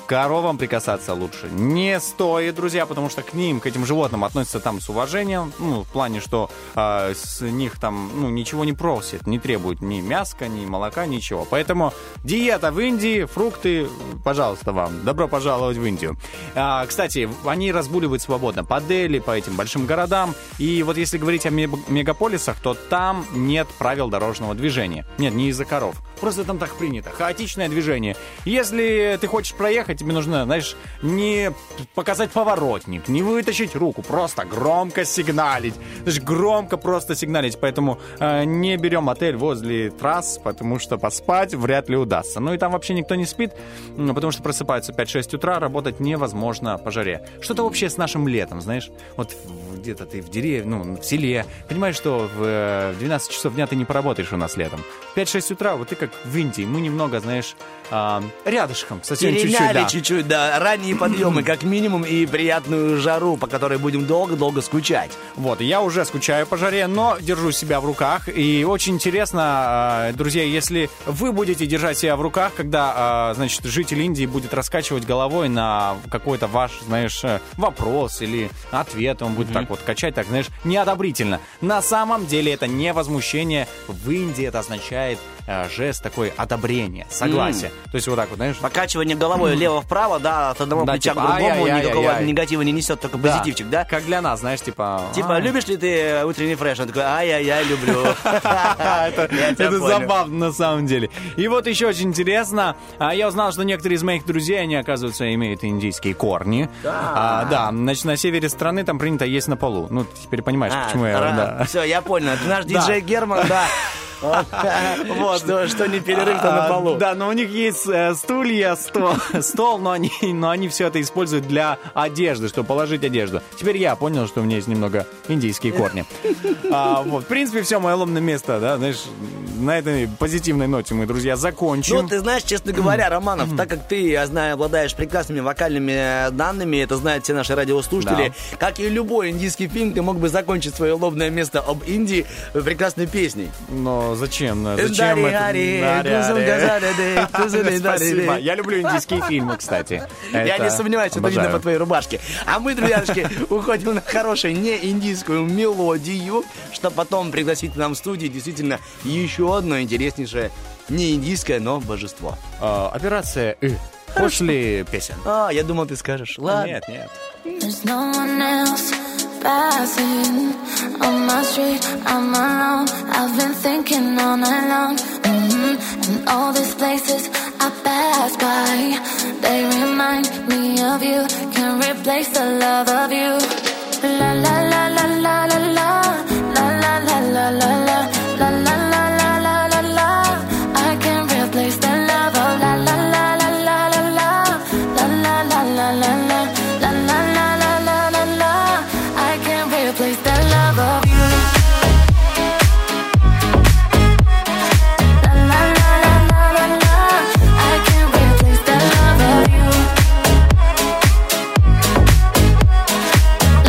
коровам прикасаться лучше не стоит, друзья, потому что к ним, к этим животным относятся там с уважением, ну, в плане, что э, с них там, ну, ничего не просят, не требуют ни мяска, ни молока, ничего. Поэтому диета в Индии, фрукты, пожалуйста, вам, добро пожаловать в Индию. А, кстати, они разгуливают свободно по Дели, по этим большим городам, и вот если говорить о мегаполисах, то там нет правил дорожного движения. Нет, не из-за коров. Просто там так принято. Хаотичное движение. Если ты хочешь проехать, тебе нужно, знаешь, не показать поворотник, не вытащить руку, просто громко сигналить. Знаешь, громко просто сигналить. Поэтому э, не берем отель возле трасс, потому что поспать вряд ли удастся. Ну и там вообще никто не спит, потому что просыпаются пять-шесть утра, работать невозможно по жаре. Что-то общее с нашим летом, знаешь. Вот где-то ты в деревне, ну, в селе. Понимаешь, что в двенадцать часов дня ты не поработаешь у нас летом. В пять-шесть утра, вот ты как в Индии. Мы немного, знаешь, а, рядышком, совсем чуть-чуть, да. чуть-чуть, да. Ранние подъемы, как минимум, и приятную жару, по которой будем долго-долго скучать. Вот, я уже скучаю по жаре, но держу себя в руках. И очень интересно, друзья, если вы будете держать себя в руках, когда, значит, житель Индии будет раскачивать головой на какой-то ваш, знаешь, вопрос или ответ, он будет mm-hmm. так вот качать, так, знаешь, неодобрительно. На самом деле это не возмущение. В Индии это означает жест такой одобрения, согласия. Mm. То есть вот так вот, знаешь... Покачивание головой mm. влево-вправо, да, от одного да, плеча типа, к другому, никакого негатива не несет, только да. позитивчик, да? Как для нас, знаешь, типа... Типа, любишь ли ты утренний фреш? Он такой, ай-яй-яй, люблю. Это забавно на самом деле. И вот еще очень интересно, я узнал, что некоторые из моих друзей, они, оказывается, имеют индийские корни. Да, значит, на севере страны там принято есть на полу. Ну, ты теперь понимаешь, почему я... Все, я понял. Ты наш диджей Герман, да. Вот, что, что не перерыв-то на полу. Да, но у них есть э, стулья, стол, стол но, они, но они все это используют для одежды, чтобы положить одежду. Теперь я понял, что у меня есть немного индийские корни. А, вот, в принципе, все, мое лобное место, да, знаешь, на этой позитивной ноте мы, друзья, закончим. Ну, ты знаешь, честно говоря, Романов, так как ты, я знаю, обладаешь прекрасными вокальными данными, это знают все наши радиослушатели, да. Как и любой индийский фильм, ты мог бы закончить свое лобное место об Индии прекрасной песней. Но зачем? Зачем это? Спасибо. Я люблю индийские фильмы, кстати. Я не сомневаюсь, это видно по твоей рубашке. А мы, друзьяшки, уходим на хорошую не индийскую мелодию, чтобы потом пригласить к нам в студию действительно еще одно интереснейшее не индийское, но божество. Операция «И». Пошли песен. А, я думал, ты скажешь. Ладно. Нет, нет. Passing on my street, I'm alone. I've been thinking all night long. Mm-hmm. And all these places I pass by, they remind me of you. Can't replace the love of you. La la la la la la la, la la la la la la, la la la la la la la. I can't replace the love of la la la la la la la, la la la la la la, la la la la la la la. I can't replace the love of you. La la la la la la la. I can't replace the love of you.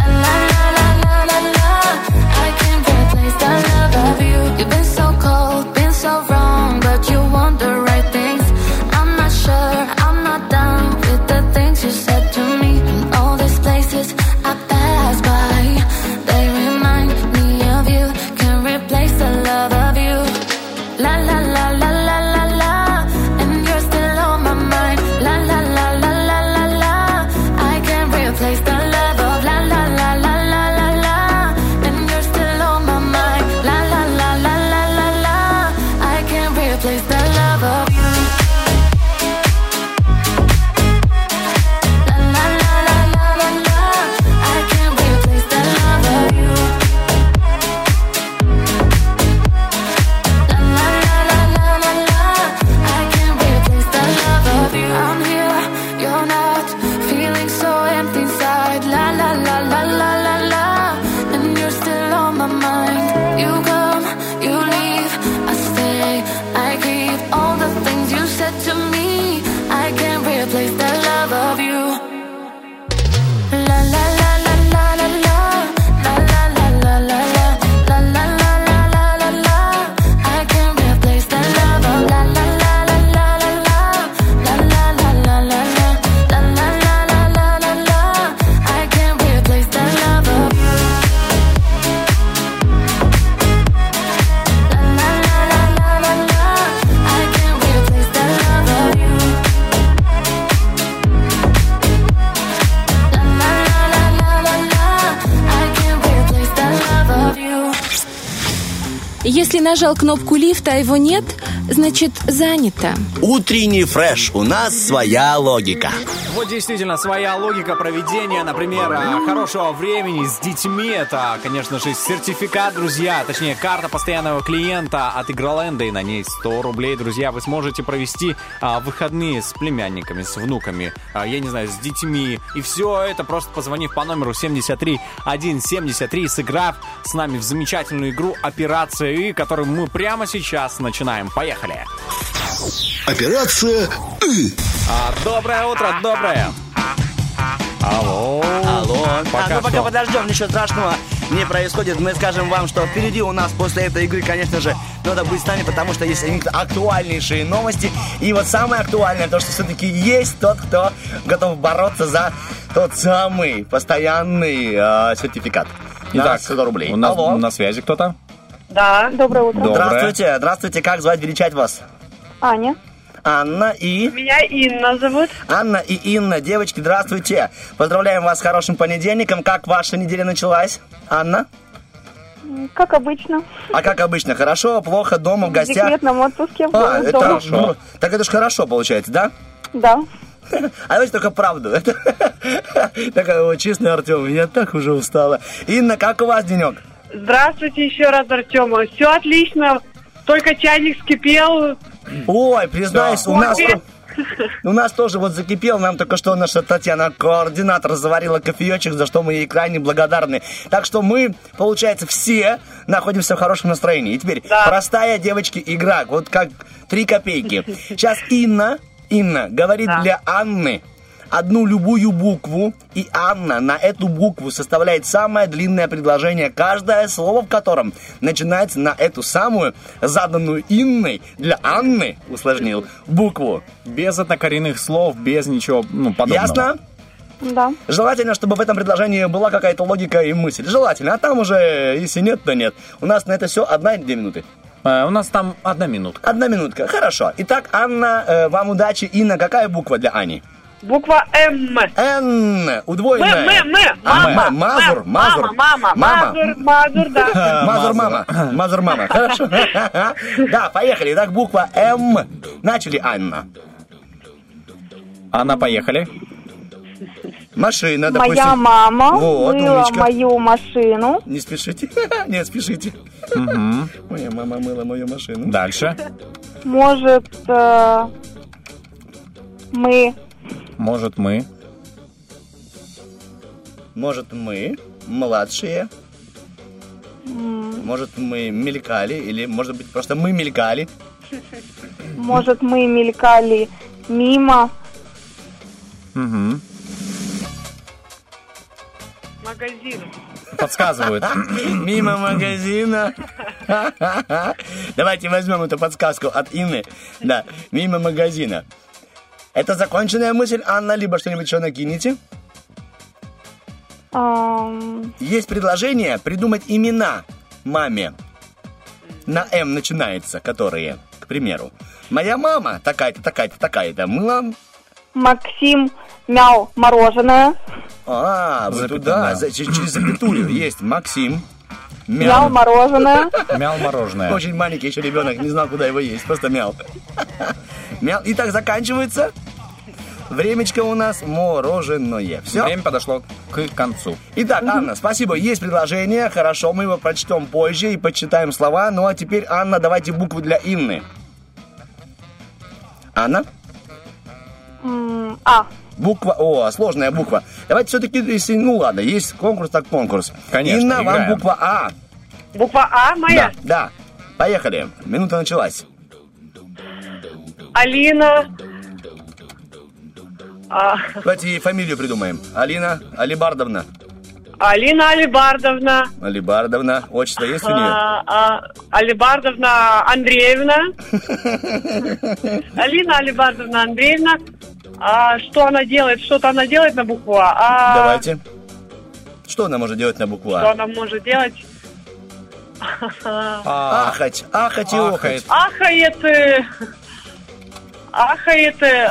Если нажал кнопку лифта, а его нет, значит, занято. Утренний фреш. У нас своя логика. Вот действительно своя логика проведения, например, а, хорошего времени с детьми. Это, конечно же, сертификат, друзья, точнее, карта постоянного клиента от Игроленда, и на ней сто рублей, друзья. Вы сможете провести а, выходные с племянниками, с внуками, а, я не знаю, с детьми. И все это просто позвонив по номеру семьдесят три сто семьдесят три, сыграв с нами в замечательную игру «Операция И», которую мы прямо сейчас начинаем. Поехали! Операция И. А, доброе утро, доброе. Алло. Алло. Пока а, ну пока что. подождем, ничего страшного не происходит. Мы скажем вам, что впереди у нас после этой игры, конечно же, надо быть с нами, потому что есть актуальнейшие новости. И вот самое актуальное, то, что все-таки есть тот, кто готов бороться за тот самый постоянный э, сертификат. Итак, сто рублей. У нас Алло. на связи кто-то? Да, доброе утро. Доброе. Здравствуйте, здравствуйте, как звать, величать вас? Аня. Анна и... Меня Инна зовут. Анна и Инна, девочки, здравствуйте. Поздравляем вас с хорошим понедельником. Как ваша неделя началась, Анна? Как обычно. А как обычно, хорошо, плохо, дома, в В гостях? декретном отпуске. А, это дома. хорошо. Так это ж хорошо получается, да? Да. А давайте только правду. Это такая вот честная Артем, я так уже устала. Инна, как у вас денек? Здравствуйте еще раз, Артема. Все отлично. Только чайник вскипел. Ой, признаюсь, у нас... У нас тоже вот закипел, нам только что наша Татьяна, координатор, заварила кофеечек, за что мы ей крайне благодарны. Так что мы, получается, все находимся в хорошем настроении. И теперь Да. простая, девочки, игра, вот как три копейки. Сейчас Инна, Инна говорит Да. для Анны одну любую букву, и Анна на эту букву составляет самое длинное предложение, каждое слово в котором начинается на эту самую заданную Инной для Анны, усложнил, букву. Без однокоренных слов, без ничего ну, подобного. Ясно? Да. Желательно, чтобы в этом предложении была какая-то логика и мысль. Желательно, а там уже, если нет, то нет. У нас на это все одна-две минуты. Э, у нас там одна минутка. Одна минутка, хорошо. Итак, Анна, э, вам удачи. Инна, какая буква для Ани? Буква М. Н, удвоенная. М, М, М. А, Мама. М, Мазур, М. Мазур. Мама, мама. Мазур, Мазур, да. Мазур, мама. Мазур, мама. Хорошо. Да, поехали. Итак, буква М. Начали, Анна. Анна, поехали. Машина, допустим. Моя мама Вот, мыла умничка. мою машину. Не спешите. Нет, спешите. Моя мама мыла мою машину. Дальше. Может, э, мы... Может, мы. Может, мы младшие. Может, мы мелькали. Или, может быть, просто мы мелькали. Может, мы мелькали мимо. Угу. Магазин. Подсказывают. Мимо магазина. Давайте возьмем эту подсказку от Инны. Да, мимо магазина. Это законченная мысль, Анна, либо что-нибудь еще накинете? Эм, Есть предложение придумать имена маме. На М начинается, которые, к примеру. Моя мама такая-то, такая-то, такая-то. Мыла... Максим мял мороженое. А, вы Запятая. туда, за- через через запятую. Есть Максим. Мял мороженое. Мял мороженое. Очень маленький еще ребенок, не знал, куда его есть, просто мял. Мял. Итак, заканчивается. Времечко у нас мороженое. Все. Время подошло к концу. Итак, Анна, спасибо. Есть предложение. Хорошо, мы его прочтем позже и почитаем слова. Ну а теперь, Анна, давайте букву для Инны. Анна? М, А. Буква, о, сложная буква. Давайте все-таки, если, ну ладно, есть конкурс, так конкурс. Конечно, Инна, вам играем. буква А. Буква А моя. Да, да. Поехали. Минута началась. Алина. А, Давайте ей фамилию придумаем. Алина Алибардовна. Алина Алибардовна. Алибардовна. Отчество есть у нее? А, а, Алибардовна Андреевна. Алина Алибардовна Андреевна. А что она делает? Что-то она делает на букву А. А Давайте. Что она может делать на букву Что А? она может делать? А, Ахать, ахать и охать. Ахает. э, Ахает. э,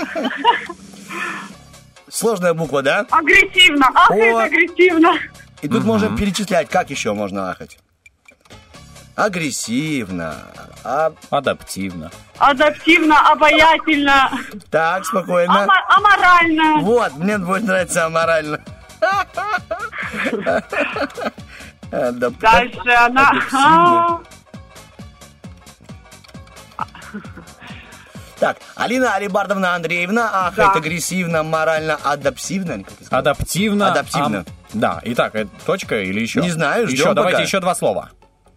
Сложная буква, да? Агрессивно. Ахает О. агрессивно. И тут можно перечислять, как еще можно ахать. агрессивно, а... адаптивно. Адаптивно, обаятельно. Так, спокойно. Ама- аморально. Вот, мне больше нравится аморально. Дальше она... Так, Алина Алибардовна Андреевна ахает Да. агрессивно, морально, адаптивно. Адаптивно. Адаптивно. ам- да, итак, это точка или еще? Не знаю, ждем Еще, давайте пока. еще два слова.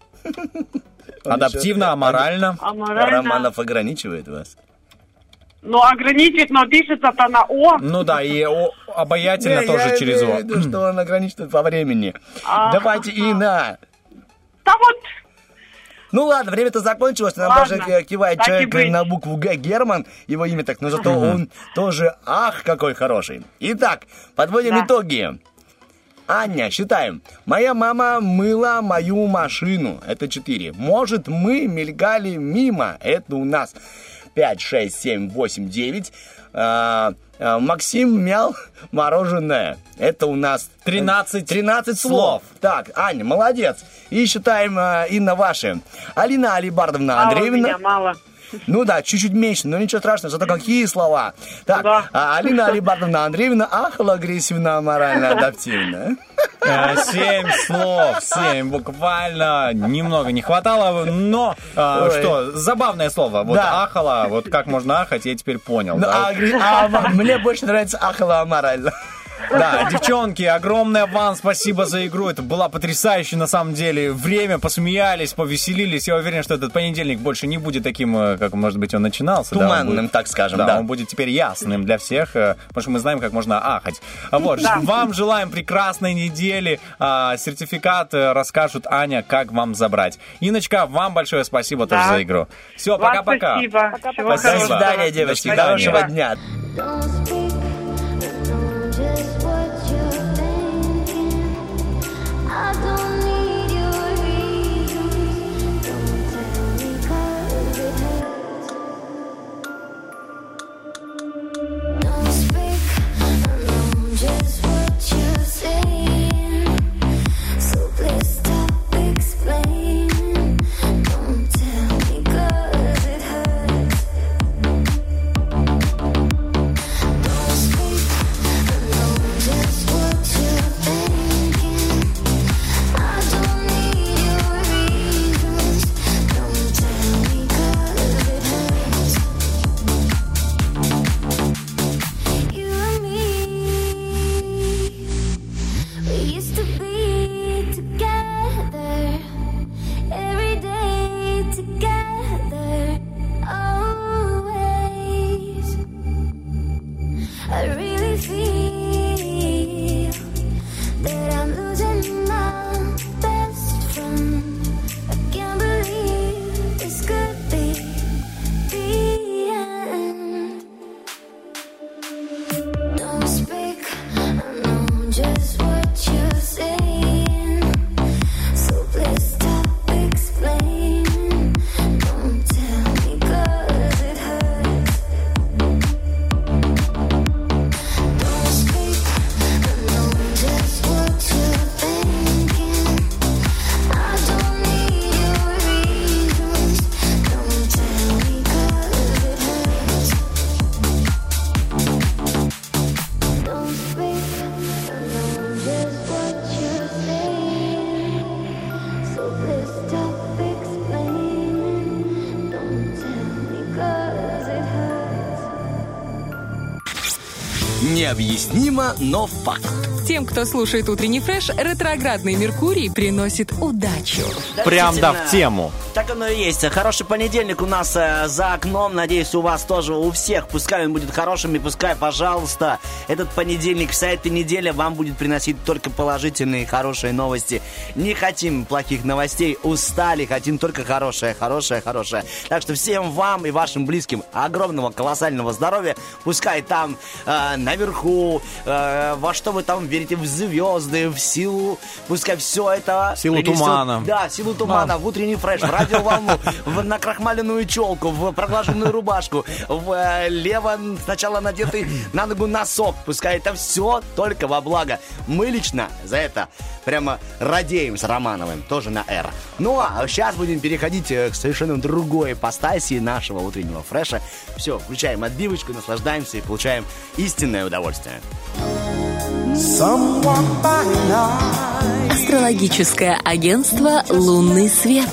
Адаптивно, аморально. Аморально. Романов ограничивает вас. Ну, ограничивает, но пишется-то на О. Ну да, и о- обаятельно Не, тоже я через имею О. в виду, что он ограничивает по времени. А. Давайте и на. Да вот, Ну ладно, время-то закончилось, нам Ладно, даже э, кивает так и человек быть. на букву Г, Герман, его имя так, но зато он тоже, ах, какой хороший. Итак, подводим Да. итоги. Аня, считаем. Моя мама мыла мою машину. Это четыре. Может, мы мелькали мимо. Это у нас пять, шесть, семь, восемь, девять. А, а, Максим мял мороженое. Это у нас тринадцать тринадцать слов. слов. Так, Аня, молодец. И считаем, а, Инна, ваши. Алина Алибардовна мало Андреевна. меня, мало. Ну да, чуть-чуть меньше, но ничего страшного, зато какие слова. Так, Да. а, Алина Алибардовна Андреевна ахала агрессивно, морально, адаптивно. Э, Семь слов, семь буквально, немного не хватало, но а, Ой. что, забавное слово, вот Да. ахала, вот как можно ахать, я теперь понял. Ну, да. а, агре- а, м- мне больше нравится ахала, морально. Да, девчонки, огромное вам спасибо за игру. Это было потрясающе, на самом деле. Время, посмеялись, повеселились. Я уверен, что этот понедельник больше не будет таким, э, как, может быть, он начинался. да, он Туманным, будет- так скажем, да, да. он будет теперь ясным для всех, э, потому что мы знаем, как можно ахать. А Вот, вам желаем прекрасной недели. А, Сертификат э, расскажут Аня, как вам забрать. Инночка, вам большое спасибо тоже Да. за игру. Все, Вам пока-пока. спасибо. Всего До Спасибо. хорошего. свидания, девочки, До свидания. хорошего дня. Don't speak, I know just what you're thinking. I don't need your reasons. Don't tell me 'cause it hurts. Don't speak, I know just what you're saying. So please stop explaining. Don't tell me 'cause it hurts. Don't speak, I know just what you're thinking. I don't need your reasons. Don't tell me 'cause it hurts. You and me, we used to be together every day together, always. I really feel that I'm losing my best friend. I can't believe this could be the end. Don't speak, I know just what you're saying. So please stop explaining. Don't tell me 'cause it hurts. Don't speak, I know just what you're thinking. I don't need your reasons. Don't tell me 'cause it hurts. Don't speak, I know just what you're saying. So please stop explaining. Don't tell me 'cause it hurts. Необъяснимо, но факт. Тем, кто слушает утренний фреш, ретроградный Меркурий приносит удачу. Прям да, в Действительно, тему. Так оно и есть. Хороший понедельник у нас э, за окном. Надеюсь, у вас тоже, у всех. Пускай он будет хорошим, и пускай, пожалуйста, этот понедельник, вся эта неделя вам будет приносить только положительные, хорошие новости. Не хотим плохих новостей, устали, хотим только хорошее, хорошее, хорошее. Так что всем вам и вашим близким огромного, колоссального здоровья. Пускай там э, наверху духу, э, во что вы там верите, в звезды, в силу, пускай все это... Силу принесет, тумана. Да, силу тумана, в утренний фреш, в радиоволну, в накрахмаленную челку, в проглаженную рубашку, в э, лево сначала надетый на ногу носок. Пускай это все только во благо. Мы лично за это прямо радеем с Романовым, тоже на «Р». Ну, а сейчас будем переходить к совершенно другой ипостаси нашего утреннего фреша. Все, включаем отбивочку, наслаждаемся и получаем истинное удовольствие. Астрологическое агентство «Лунный свет».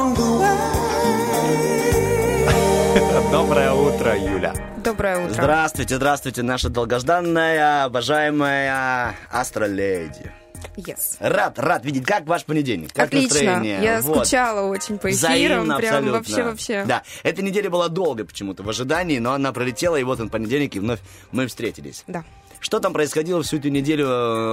Доброе утро, Юля. Доброе утро. Здравствуйте, здравствуйте, наша долгожданная, обожаемая астроледи. Yes. Рад, рад видеть. Как ваш понедельник? Как Отлично. настроение? Я Вот. скучала очень по эфирам. Взаимно, Прям абсолютно. вообще-вообще. Да, эта неделя была долго почему-то в ожидании, но она пролетела, и вот он понедельник, и вновь мы встретились. Да. Что там происходило всю эту неделю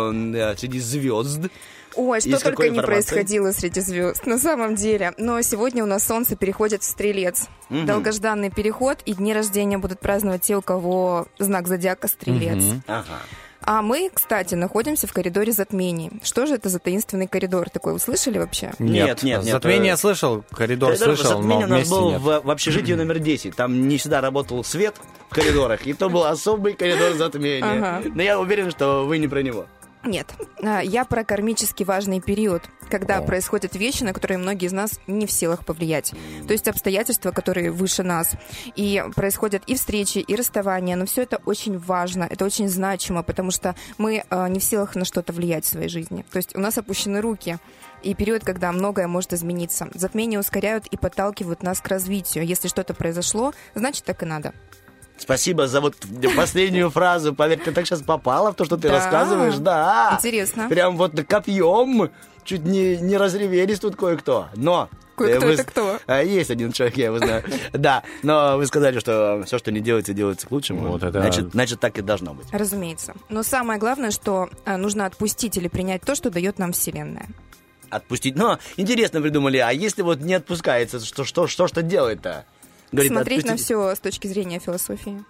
э, среди звезд? Ой, что Есть только какой не информации? происходило среди звезд, на самом деле. Но сегодня у нас Солнце переходит в Стрелец. Мгм. Долгожданный переход, и дни рождения будут праздновать те, у кого знак зодиака Стрелец. Ага. А мы, кстати, находимся в коридоре затмений. Что же это за таинственный коридор такой? Услышали вообще? Нет, нет, нет. Затмение слышал, коридор, Коридор слышал, но затмения у нас вместе был нет. в, в общежитии номер десять. Там не всегда работал свет в коридорах, и то был особый коридор затмения. Ага. Но я уверен, что вы не про него. Нет, А, я про кармически важный период, когда О. происходят вещи, на которые многие из нас не в силах повлиять. То есть обстоятельства, которые выше нас. И происходят и встречи, и расставания. Но все это очень важно, это очень значимо, потому что мы а, не в силах на что-то влиять в своей жизни. То есть у нас опущены руки. И период, когда многое может измениться. Затмения ускоряют и подталкивают нас к развитию. Если что-то произошло, значит, так и надо. Спасибо за вот последнюю фразу. Поверь, ты так сейчас попала в то, что ты Да. рассказываешь. Да. Интересно. Прям вот копьем чуть не, не разревелись тут кое-кто. Но... Кое-кто э, вы- это кто? А, Есть один человек, я его знаю. Да, но вы сказали, что все, что не делается, делается к лучшему. Вот это- Значит, значит, так и должно быть. Разумеется. Но самое главное, что а, нужно отпустить или принять то, что дает нам Вселенная. Отпустить. Но интересно придумали, а если вот не отпускается, что что, что, что делать-то? Говорит, Смотреть на отпустите. все с точки зрения философии.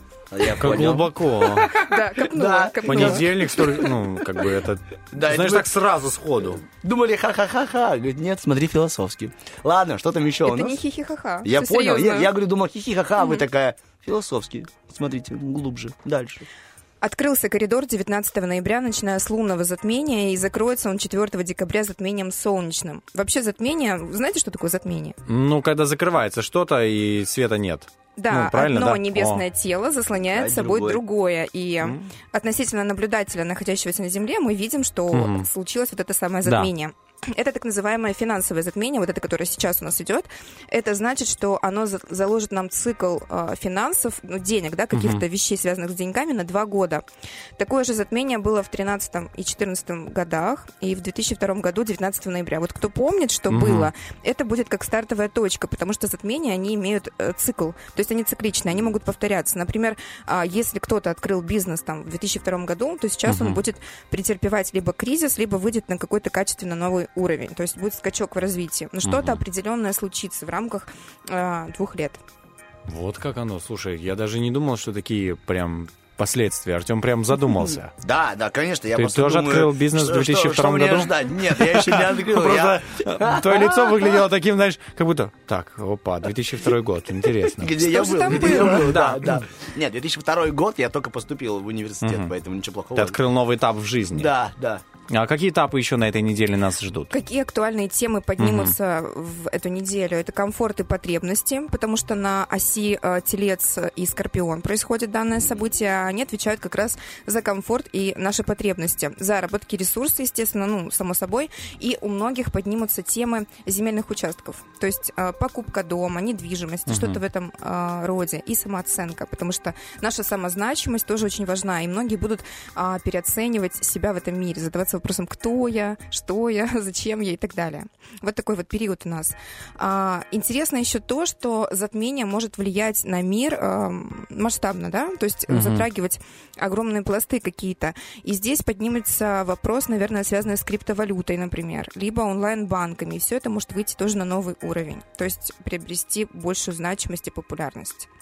Я Как понял. глубоко. Да, копнула, Да. копнула. Понедельник, столь- ну, как бы это... Да, это знаешь, вы- так сразу, сходу. Думали, ха-ха-ха-ха. Говорит, нет, смотри философски. Ладно, что там еще у Это нас? не хихи-ха-ха. Я Всё понял. Я, серьезно. я говорю, думал, хихи-ха-ха, а вы такая философски. Смотрите, глубже, дальше. Открылся коридор девятнадцатого ноября, начиная с лунного затмения, и закроется он четвёртого декабря затмением солнечным. Вообще затмение, вы знаете, что такое затмение? Ну, когда закрывается что-то и света нет. Да, Ну, правильно, одно да? небесное О. тело заслоняет Да, собой другое. другое. И относительно наблюдателя, находящегося на Земле, мы видим, что Мгм. случилось вот это самое Да. затмение. Это так называемое финансовое затмение, вот это, которое сейчас у нас идет. Это значит, что оно за- заложит нам цикл э, финансов, ну, денег, да, каких-то вещей, связанных с деньгами, на два года. Такое же затмение было в тринадцатом и четырнадцатом годах, и в две тысячи втором году, девятнадцатого ноября. Вот кто помнит, что Мгм. было, это будет как стартовая точка, потому что затмения, они имеют э, цикл, то есть они цикличные, они могут повторяться. Например, а, если кто-то открыл бизнес там в две тысячи втором году, то сейчас он Мгм. будет претерпевать либо кризис, либо выйдет на какой-то качественно новый уровень, то есть будет скачок в развитии. Но что-то определенное случится в рамках э, двух лет. Вот как оно. Слушай, я даже не думал, что такие прям последствия. Артем прям задумался. Да, да, конечно. Я Ты просто тоже думаю, открыл бизнес в что- две тысячи втором что, что году? мне ждать? Нет, я еще не открыл. Просто я- твое лицо выглядело таким, знаешь, как будто... Так, опа, две тысячи второй год, интересно. Где я же был? там Где я было? был? Да, да. Нет, две тысячи второй год я только поступил в университет, Мгм. поэтому ничего плохого. Ты открыл новый этап в жизни. Да, да. А какие этапы еще на этой неделе нас ждут? Какие актуальные темы поднимутся в эту неделю? Это комфорт и потребности, потому что на оси э, Телец и Скорпион происходит данное событие. Они отвечают как раз за комфорт и наши потребности. Заработки, ресурсы, естественно, ну, само собой. И у многих поднимутся темы земельных участков. То есть э, покупка дома, недвижимости, Мгм. что-то в этом э, роде. И самооценка, потому что наша самозначимость тоже очень важна. И многие будут а, переоценивать себя в этом мире, задаваться вопросом, кто я, что я, зачем я и так далее. Вот такой вот период у нас. А, интересно еще то, что затмение может влиять на мир а, масштабно, да, то есть Мгм. затрагивать огромные пласты какие-то. И здесь поднимется вопрос, наверное, связанный с криптовалютой, например, либо онлайн-банками. И все это может выйти тоже на новый уровень, то есть приобрести большую значимость и популярность.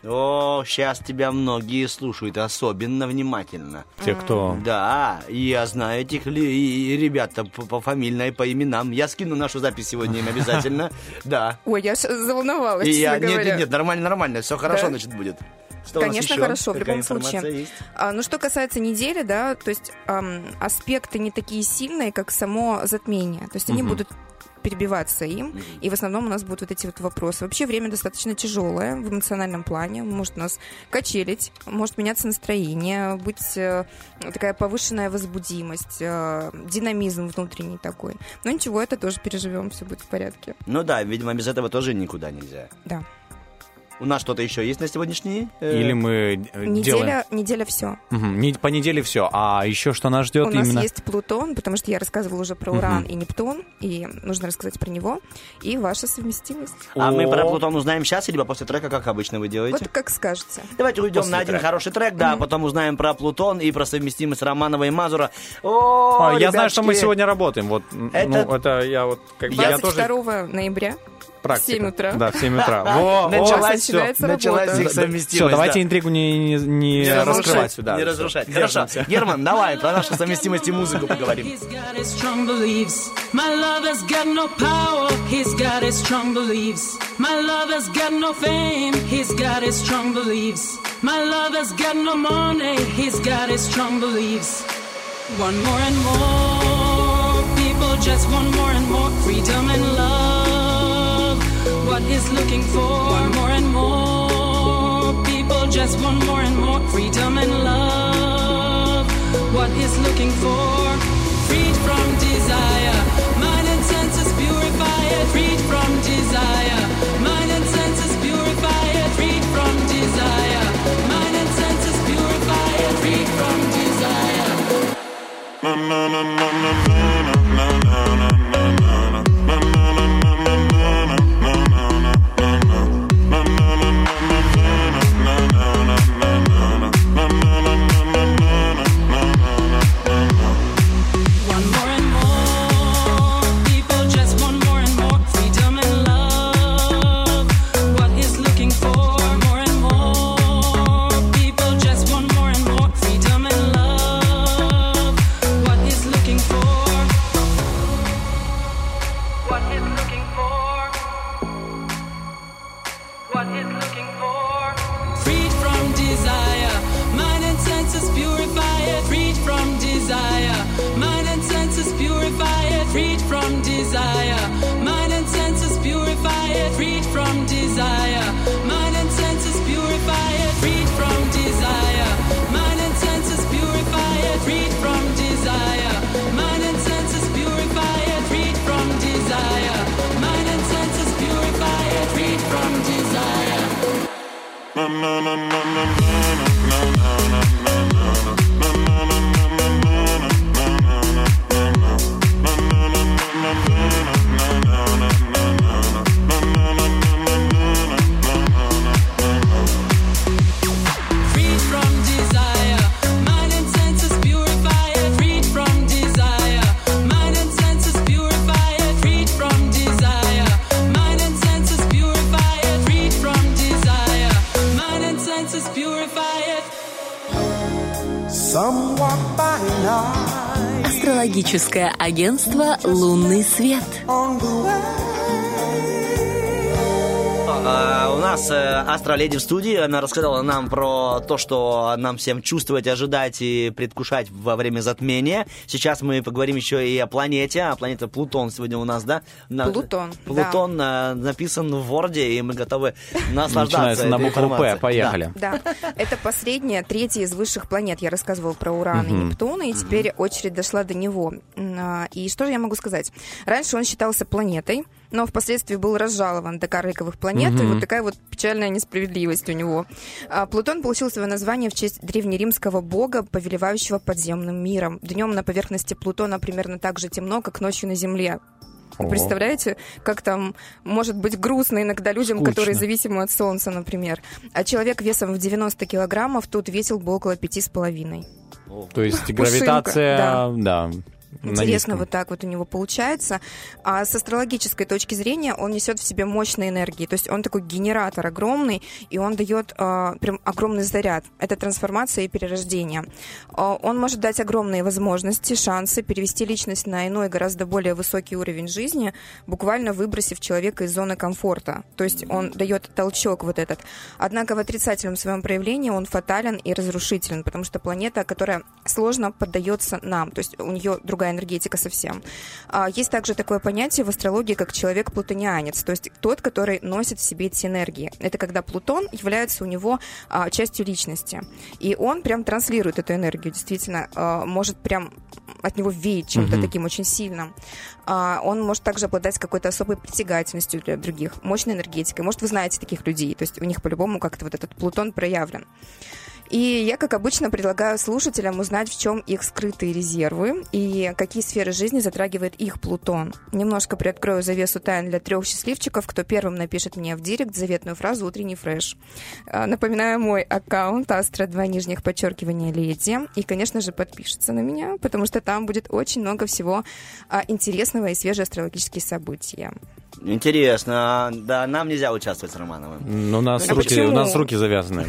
О, сейчас тебя многие слушают особенно внимательно. Те, кто... Да, и я знаю этих ли, и ребят-то по, по фамильной, по именам. Я скину нашу запись сегодня им обязательно. Да. Ой, я сейчас заволновалась, И честно я, говоря. нет, нет, нет, нормально, нормально, все хорошо, Да? значит, будет. Что у нас Конечно, еще? хорошо, в Какая любом информация случае. есть? А, ну, что касается недели, да, то есть ам, аспекты не такие сильные, как само затмение. То есть они Мгм. будут перебиваться им, и в основном у нас будут вот эти вот вопросы. Вообще время достаточно тяжелое в эмоциональном плане, может нас качелить, может меняться настроение, быть э, такая повышенная возбудимость, э, динамизм внутренний такой. Но ничего, это тоже переживем, все будет в порядке. Ну да, видимо, без этого тоже никуда нельзя. Да. У нас что-то еще есть на сегодняшний? э, Или мы э, делаем... Неделя, неделя все. Мгм. Не- По неделе все. А еще что нас ждет У нас именно? есть Плутон, потому что я рассказывала уже про Мгм. Уран и Нептун, и нужно рассказать про него, и ваша совместимость. А мы О. про Плутон узнаем сейчас, либо после трека, как обычно вы делаете? Вот как скажете. Давайте уйдем После на один трека. хороший трек, да, потом узнаем про Плутон и про совместимость Романова и Мазура. О, А, я знаю, что мы ребятки. сегодня работаем. Вот, м, Это- ну, это я вот как бы я двадцать тоже второго ноября практика. в семь утра. Да, в семь утра. Во, Началась всё. начинается началась работа. их совместимость. Все, давайте да. интригу не, не, не Не раскрывать разрушать, сюда. не Всё, разрушать. Хорошо. держимся. Герман, давай про нашу совместимость и музыку поговорим. He's got his strong beliefs. My love has got no power. He's got his strong beliefs. My love has got no fame. He's got his strong beliefs. My love has got no money. He's got his strong beliefs. One more and more people just want more and more freedom and love. What he's looking for. One more and more people just want more and more freedom and love. What he's looking for. Freed from desire. Mind and senses purify it. Freed from desire. Mind and senses purify it. Freed from desire. Mind and senses purify it. Freed from desire. One more and more people just want more and more freedom and love. What he's looking for. More and more people just want more and more freedom and love. What he's looking for. What he's looking for. What he's looking for. Freed from desire, mind and senses purify it. Freed from desire, mind and senses purify it. Freed from desire, mind and senses purify it. Freed from desire, mind and senses purify it. Freed from desire, mind and senses purify it. Freed from desire, mind and senses purify it. Freed from desire, mind and senses purify it. Freed from desire. Freed from desire, mind and senses purify it. Freed from desire, mind and senses purify it. Freed from desire, mind and senses purify it. Freed from desire, mind and senses purify it. Астрологическое агентство «Лунный свет». А, у нас э, астроледи в студии. Она рассказала нам про то, что нам всем чувствовать, ожидать и предвкушать во время затмения. Сейчас мы поговорим еще и о планете. А планета Плутон сегодня у нас, да? На- Плутон, Плутон э, написан в Ворде, и мы готовы наслаждаться Начинается на этой букву информацией. «П». Поехали. Да, это последняя, третья из высших планет. Я рассказывала про Уран и Мгм. Нептун, и теперь очередь дошла до него. М, а, И что же я могу сказать? Раньше он считался планетой, но впоследствии был разжалован до карликовых планет, и Мгм. вот такая вот печальная несправедливость у него. А Плутон получил свое название в честь древнеримского бога, повелевающего подземным миром. Днем на поверхности Плутона примерно так же темно, как ночью на Земле. Вы Ого. представляете, как там может быть грустно иногда людям, Скучно. которые зависимы от Солнца, например. А человек весом в девяносто килограммов тут весил бы около пяти с половиной. То есть Пушинка, гравитация, да. да, Интересно, вот так вот у него получается. А с астрологической точки зрения он несет в себе мощные энергии. То есть он такой генератор огромный, и он дает э, прям огромный заряд. Это трансформация и перерождение. Э, он может дать огромные возможности, шансы перевести личность на иной, гораздо более высокий уровень жизни, буквально выбросив человека из зоны комфорта. То есть он дает толчок вот этот. Однако в отрицательном своем проявлении он фатален и разрушителен, потому что планета, которая сложно поддается нам. То есть у нее другая энергетика совсем. Есть также такое понятие в астрологии, как человек-плутонианец, то есть тот, который носит в себе эти энергии. Это когда Плутон является у него частью личности. И он прям транслирует эту энергию, действительно, может прям от него веять чем-то mm-hmm. таким очень сильным. Он может также обладать какой-то особой притягательностью для других, мощной энергетикой. Может, вы знаете таких людей, то есть у них по-любому как-то вот этот Плутон проявлен. И я, как обычно, предлагаю слушателям узнать, в чем их скрытые резервы и какие сферы жизни затрагивает их Плутон. Немножко приоткрою завесу тайн для трех счастливчиков, кто первым напишет мне в директ заветную фразу «Утренний фреш». Напоминаю, мой аккаунт Астра два нижних подчеркивания Леди. И, конечно же, подпишется на меня, потому что там будет очень много всего интересного и свежие астрологические события. Интересно. Да, нам нельзя участвовать с Романовым. Ну, у нас, а руки, у нас руки завязаны.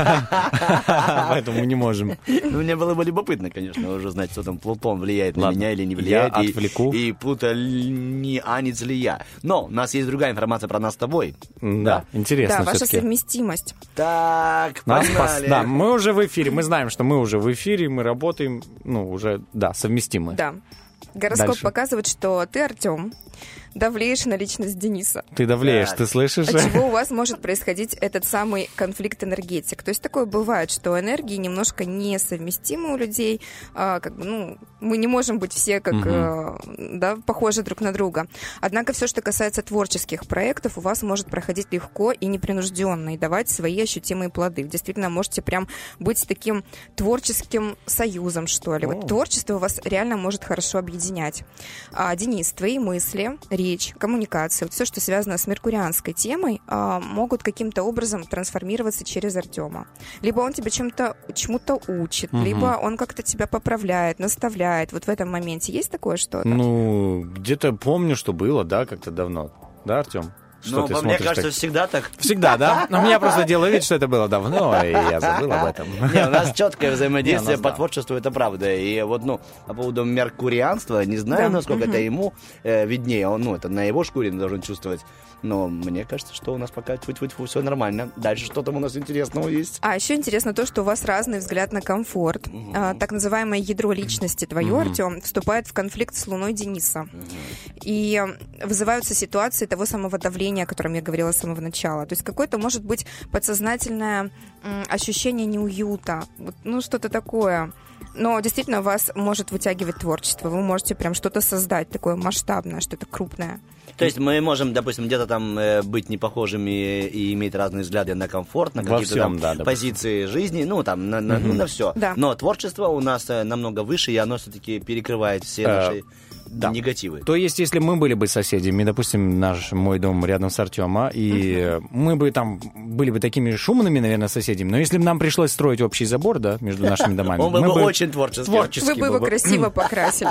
Поэтому мы не можем. Ну, мне было бы любопытно, конечно, уже знать, что там Плутон влияет на меня или не влияет. Я отвлеку. И плутонианец ли я. Но у нас есть другая информация про нас с тобой. Да, интересно Да, ваша все-таки. совместимость. Так, Нас погнали. пос- Да, мы уже в эфире. Мы знаем, что мы уже в эфире, мы работаем, ну, уже, да, совместимы. Да. Гороскоп Дальше. показывает, что ты, Артем, давлеешь на личность Дениса. Ты давлеешь, Так. ты слышишь? От чего у вас может происходить этот самый конфликт энергетик? То есть такое бывает, что энергии немножко несовместимы у людей. А, как бы, ну, мы не можем быть все как, Мгм. э, да, похожи друг на друга. Однако все, что касается творческих проектов, у вас может проходить легко и непринужденно, и давать свои ощутимые плоды. Вы действительно можете прям быть таким творческим союзом, что ли. Вот О. творчество вас реально может хорошо объединять. А, Денис, твои мысли, речь, коммуникация, вот все, что связано с меркурианской темой, а, могут каким-то образом трансформироваться через Артема. Либо он тебя чем-то, чему-то учит, Мгм. либо он как-то тебя поправляет, наставляет. Вот в этом моменте есть такое что-то? Ну, где-то помню, что было, да, как-то давно. Да, Артем? Что Ну, ты по мне смотришь кажется, так? всегда так. Всегда, да? Но у меня просто делаю вид, что это было давно, и я забыл об этом. Не, у нас четкое взаимодействие Не, у нас по да. творчеству, это правда. И вот, ну, по поводу меркурианства, не знаю, Да. насколько Мгм. это ему э, виднее. Он, ну, это на его шкуре он должен чувствовать. Но мне кажется, что у нас пока тьфу-тьфу-тьфу, все нормально. Дальше что там у нас интересного есть? А еще интересно то, что у вас разный взгляд на комфорт. А, так называемое ядро личности твое, Мгм. Артем, вступает в конфликт с Луной Дениса. И вызываются ситуации того самого давления, о котором я говорила с самого начала. То есть какое-то, может быть, подсознательное м, ощущение неуюта. Вот, ну, что-то такое. Но действительно вас может вытягивать творчество. Вы можете прям что-то создать такое масштабное, что-то крупное. То есть мы можем, допустим, где-то там э, быть непохожими и иметь разные взгляды на комфорт, на Во какие-то всем, там да, допустим. позиции жизни, ну, там, на, на, ну, Мгм. на все. Да. Но творчество у нас э, намного выше, и оно все-таки перекрывает все Э, наши да. негативы. То есть, если мы были бы соседями, допустим, наш мой дом рядом с Артема, и мы бы там были бы такими шумными, наверное, соседями, но если бы нам пришлось строить общий забор, да, между нашими домами, Он был мы бы бы очень творческий. творческий Вы бы его был бы. красиво покрасили.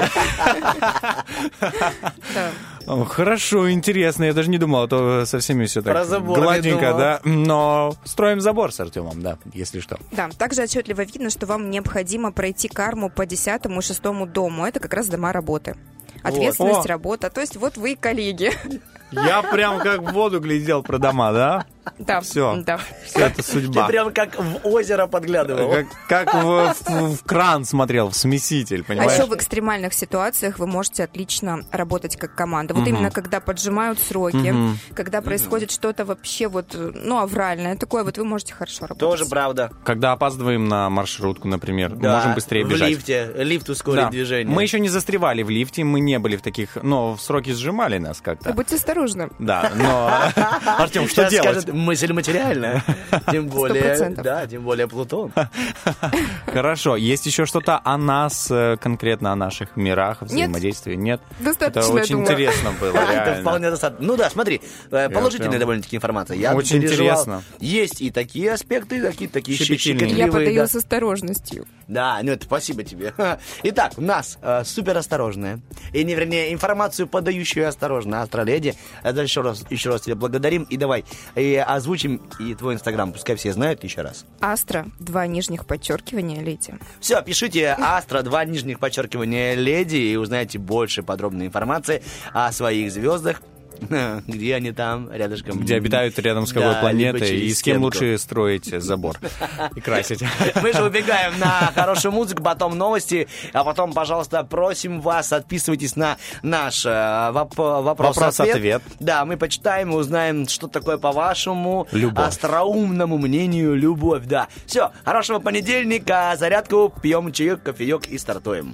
Да. О, хорошо, интересно, я даже не думал, а то со всеми все так Про забор не гладенько, думал. да, но строим забор с Артемом, да, если что. Да, также отчетливо видно, что вам необходимо пройти карму по десятому и шестому дому. Это как раз дома работы. Ответственность, О. работа. То есть вот вы коллеги. Я прям как в воду глядел про дома, да? Да, Все, да. все это Ты судьба. прям как в озеро подглядывал. Как, как в, в- в кран смотрел, в смеситель, А понимаешь? еще в экстремальных ситуациях вы можете отлично работать как команда. Вот Мгм. именно когда поджимают сроки, Мгм. когда происходит что-то вообще вот, ну, авральное такое, вот вы можете хорошо работать. Тоже правда. Когда опаздываем на маршрутку, например, Да, можем быстрее в бежать. лифте. Лифт ускорит Да. движение. Мы еще не застревали в лифте, мы не были в таких, но в сроки сжимали нас Вы как-то. будьте осторожны. Да, но... Артем, что Сейчас делать? скажет, мысль материальная. Тем более, процентов. да, тем более Плутон. Хорошо, есть еще что-то о нас, э, конкретно о наших мирах, взаимодействии? Нет? Достаточно, Это я очень думаю. интересно было, Это реально. вполне достаточно. Ну да, смотри, э, положительная прям- довольно-таки информация. Я Очень переживал. интересно. Есть и такие аспекты, такие, такие щи- Щепетильные. Я щекотливые, подаю да. с осторожностью. Да, ну это спасибо тебе. Итак, у нас э, супер осторожная, и не вернее, информацию подающую осторожно Астроледи. Это еще раз, еще раз тебя благодарим. И давай, и озвучим и твой инстаграм, пускай все знают еще раз. Астра, два нижних подчеркивания, леди. Все, пишите Астра, два нижних подчеркивания, леди, и узнаете больше подробной информации о своих звездах. Где они там, рядышком. Где обитают рядом с какой да, планетой, и с кем стенку. лучше строить забор и красить. Мы же убегаем на хорошую музыку, потом новости, а потом, пожалуйста, просим вас, отписывайтесь на наш э, воп- вопрос-ответ. Вопрос-ответ. Да, мы почитаем и узнаем, что такое, по вашему любовь. Остроумному мнению, любовь. Да. Все, хорошего понедельника, зарядку, пьем чаек, кофеек и стартуем.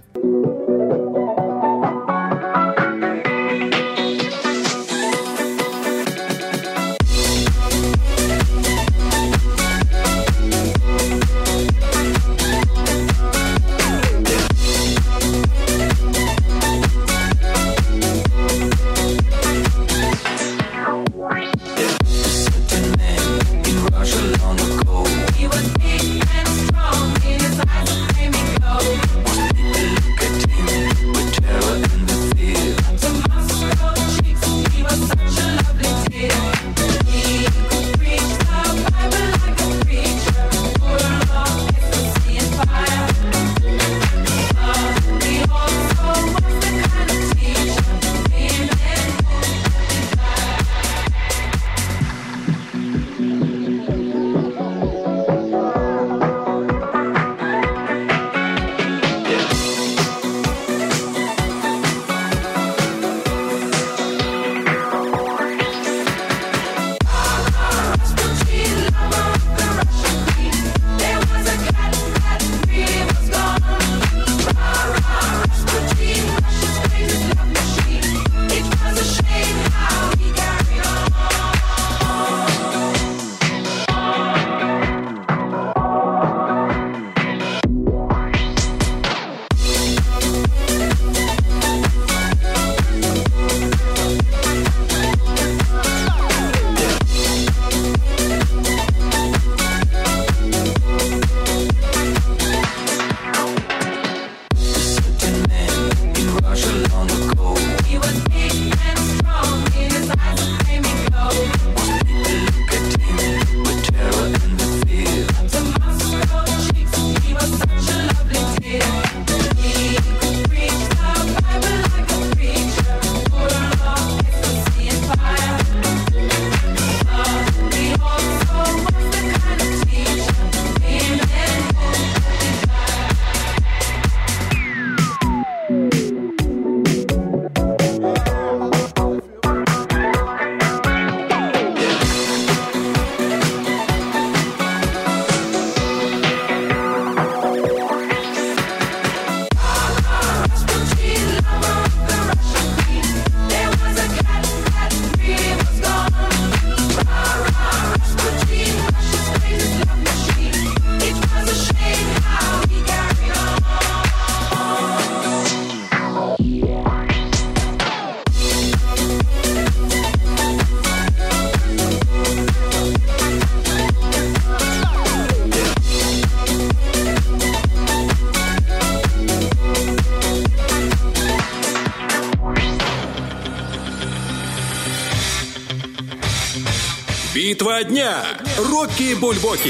Битва дня. Рокки Бульбоки.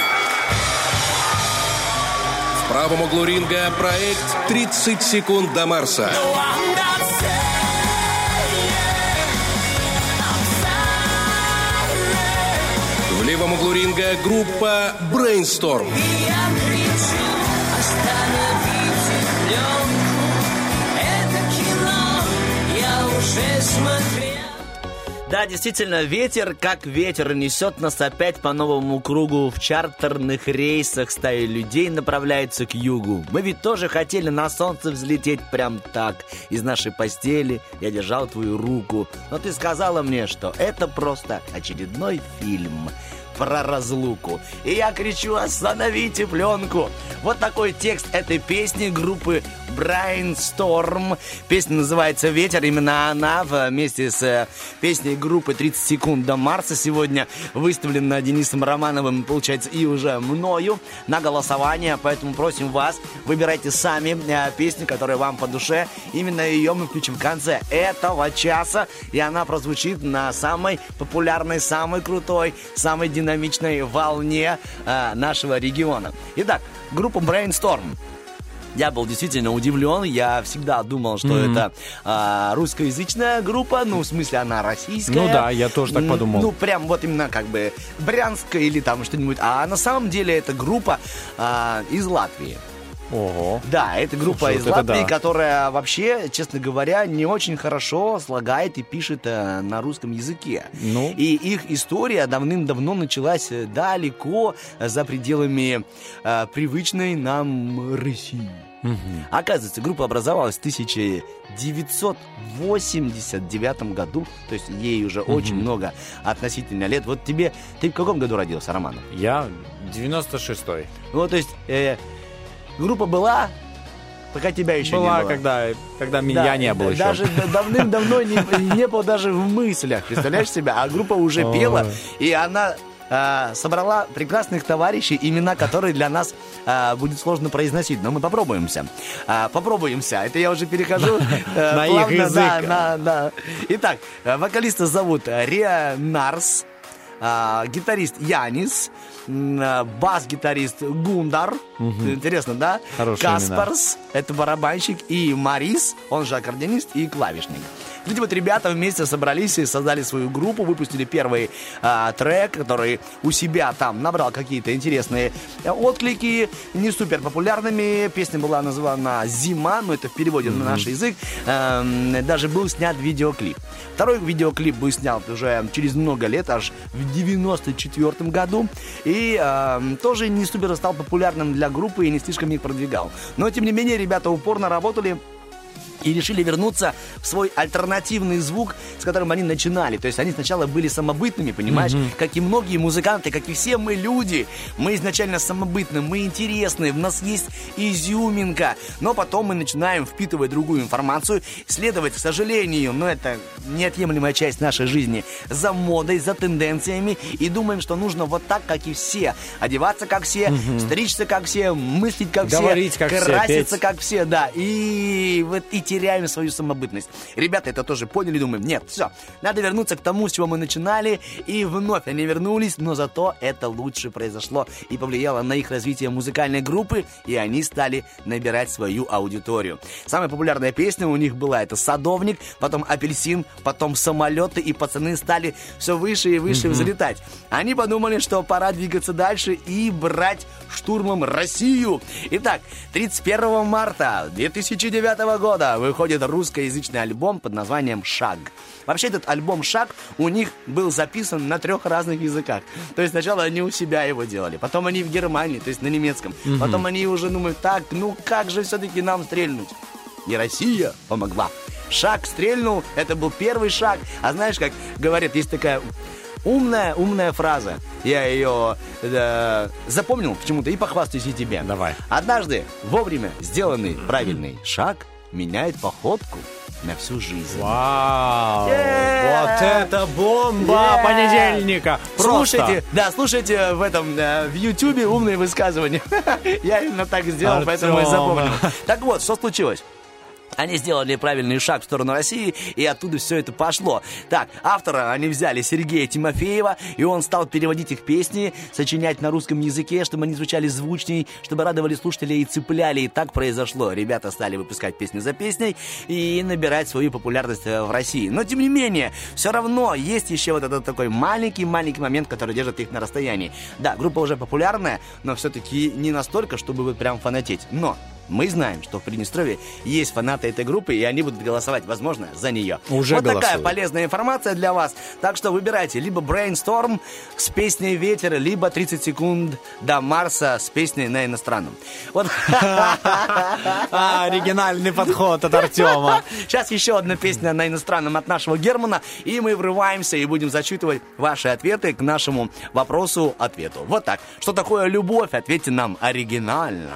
В правом углу ринга проект «тридцать секунд до Марса». В левом углу ринга группа «Брейнсторм». Да, действительно, ветер как ветер несет нас опять по новому кругу. В чартерных рейсах стаи людей направляются к югу. Мы ведь тоже хотели на солнце взлететь прям так. Из нашей постели я держал твою руку. Но ты сказала мне, что это просто очередной фильм. про разлуку. И я кричу: остановите пленку. Вот такой текст этой песни группы Brainstorm. Песня называется «Ветер». Именно она вместе с песней группы тридцать секунд до Марса сегодня выставлена Денисом Романовым, получается, и уже мною на голосование. Поэтому просим вас, выбирайте сами песню, которая вам по душе. Именно ее мы включим в конце этого часа, и она прозвучит на самой популярной, самой крутой, самой динамичной волне э, нашего региона. Итак, группа Brainstorm. Я был действительно удивлен. Я всегда думал, что mm-hmm. это а, русскоязычная группа. Ну, в смысле, она российская. Ну да, я тоже так подумал. Ну, прям вот именно как бы Брянская или там что-нибудь. А на самом деле это группа а, из Латвии. Ого. Да, это группа Слушай, из вот Латвии, да. которая вообще, честно говоря, не очень хорошо слагает и пишет э, на русском языке. Ну. И их история давным-давно началась далеко за пределами э, привычной нам России. Угу. Оказывается, группа образовалась в тысяча девятьсот восемьдесят девятом году, то есть ей уже угу. очень много относительно лет. Вот тебе, ты в каком году родился, Романов? Я девяносто шестой. Ну, то есть э, группа была, пока тебя еще была, не было. когда, когда меня да, не было даже еще. Даже давным-давно не, не было даже в мыслях, представляешь себя? А группа уже пела, и она э, собрала прекрасных товарищей, имена которых для нас э, будет сложно произносить. Но мы попробуемся. Э, попробуемся. Это я уже перехожу э, на плавно, их язык. Да, да, да. Итак, вокалиста зовут Риа Нарс, э, гитарист Янис, бас-гитарист Гундар, угу. Интересно, да? Хорошие Каспарс, имена. Это барабанщик, и Марис, он же аккордеонист и клавишник. Эти вот ребята вместе собрались и создали свою группу, выпустили первый а, трек, который у себя там набрал какие-то интересные отклики, не супер популярными. Песня была названа «Зима», но это в переводе mm-hmm. на наш язык. А, даже был снят видеоклип. Второй видеоклип был снят уже через много лет, аж в девяносто четвёртом году. И а, тоже не супер стал популярным для группы и не слишком их продвигал. Но, тем не менее, ребята упорно работали и решили вернуться в свой альтернативный звук, с которым они начинали. То есть они сначала были самобытными, понимаешь? Mm-hmm. Как и многие музыканты, как и все мы люди. Мы изначально самобытны, мы интересны, в нас есть изюминка. Но потом мы начинаем впитывать другую информацию, следовать, к сожалению, но это неотъемлемая часть нашей жизни, за модой, за тенденциями. И думаем, что нужно вот так, как и все. Одеваться, как все, mm-hmm. стричься, как все, мыслить, как Говорить, все, как краситься, все, как все, да. И вот и теряем свою самобытность. Ребята это тоже поняли, думаем, нет, все, надо вернуться к тому, с чего мы начинали, и вновь они вернулись, но зато это лучше произошло и повлияло на их развитие музыкальной группы, и они стали набирать свою аудиторию. Самая популярная песня у них была это «Садовник», потом «Апельсин», потом «Самолеты», и пацаны стали все выше и выше mm-hmm. взлетать. Они подумали, что пора двигаться дальше и брать штурмом Россию. Итак, тридцать первого марта две тысячи девятого года выходит русскоязычный альбом под названием «Шаг». Вообще этот альбом «Шаг» у них был записан на трех разных языках. То есть сначала они у себя его делали, потом они в Германии, то есть на немецком. Mm-hmm. Потом они уже думают, так, ну как же все-таки нам стрельнуть? И Россия помогла. «Шаг» стрельнул, это был первый шаг. А знаешь, как говорят, есть такая умная, умная фраза. Я ее э, запомнил почему-то и похвастаюсь и тебе. Давай. Однажды вовремя сделанный правильный шаг меняет походку на всю жизнь. Вау! Yeah! Вот это бомба yeah! понедельника! Просто. Слушайте, да, слушайте в этом, э, в Ютубе умные высказывания. Я именно так сделал, Артём. Поэтому и запомнил. Так вот, что случилось? Они сделали правильный шаг в сторону России, и оттуда все это пошло. Так, автора они взяли Сергея Тимофеева, и он стал переводить их песни, сочинять на русском языке, чтобы они звучали звучней, чтобы радовали слушателей и цепляли. И так произошло. Ребята стали выпускать песню за песней и набирать свою популярность в России. Но, тем не менее, все равно есть еще вот этот такой маленький-маленький момент, который держит их на расстоянии. Да, группа уже популярная, но все-таки не настолько, чтобы вот прям фанатеть. Но мы знаем, что в Приднестровье есть фанаты этой группы, и они будут голосовать, возможно, за нее. Уже вот голосуют. такая полезная информация для вас. Так что выбирайте либо Brainstorm с песней «Ветер», либо тридцать секунд до Марса с песней на иностранном. Вот. Оригинальный подход от Артема. Сейчас еще одна песня на иностранном от нашего Германа, и мы врываемся и будем зачитывать ваши ответы к нашему вопросу-ответу. Вот так. Что такое любовь? Ответьте нам оригинально.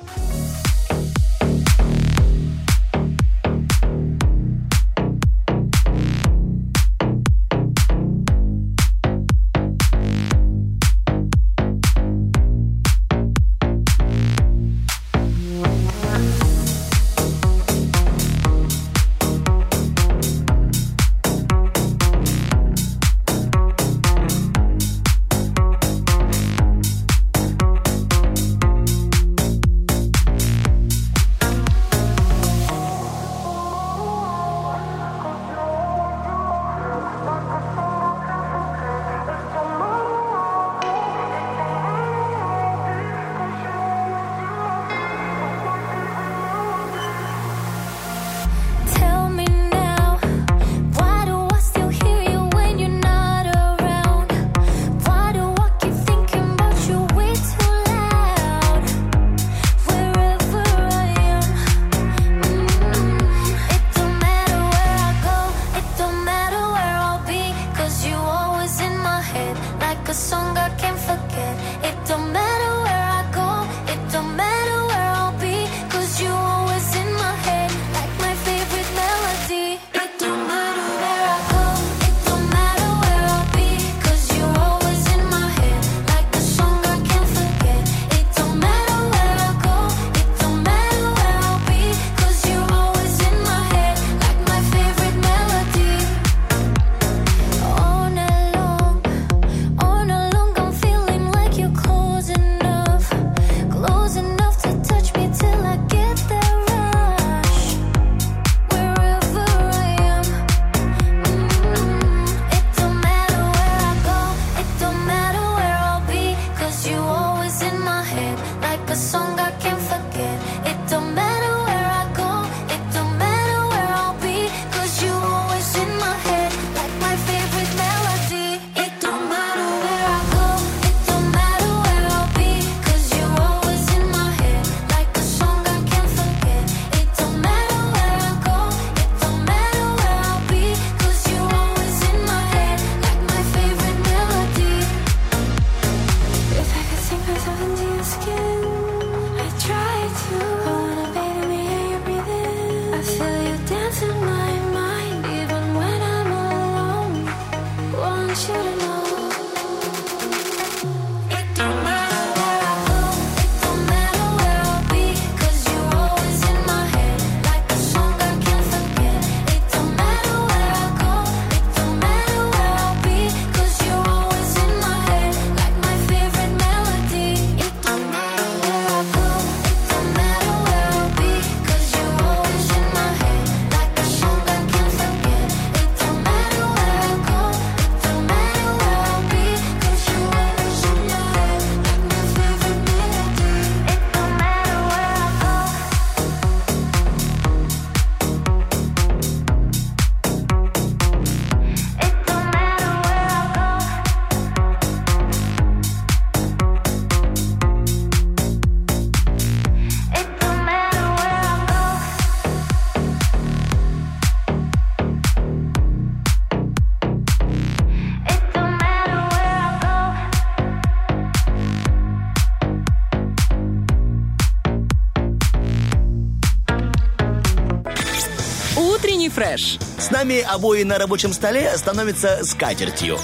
Фреш. С нами обои на рабочем столе становятся скатертью.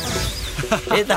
Это,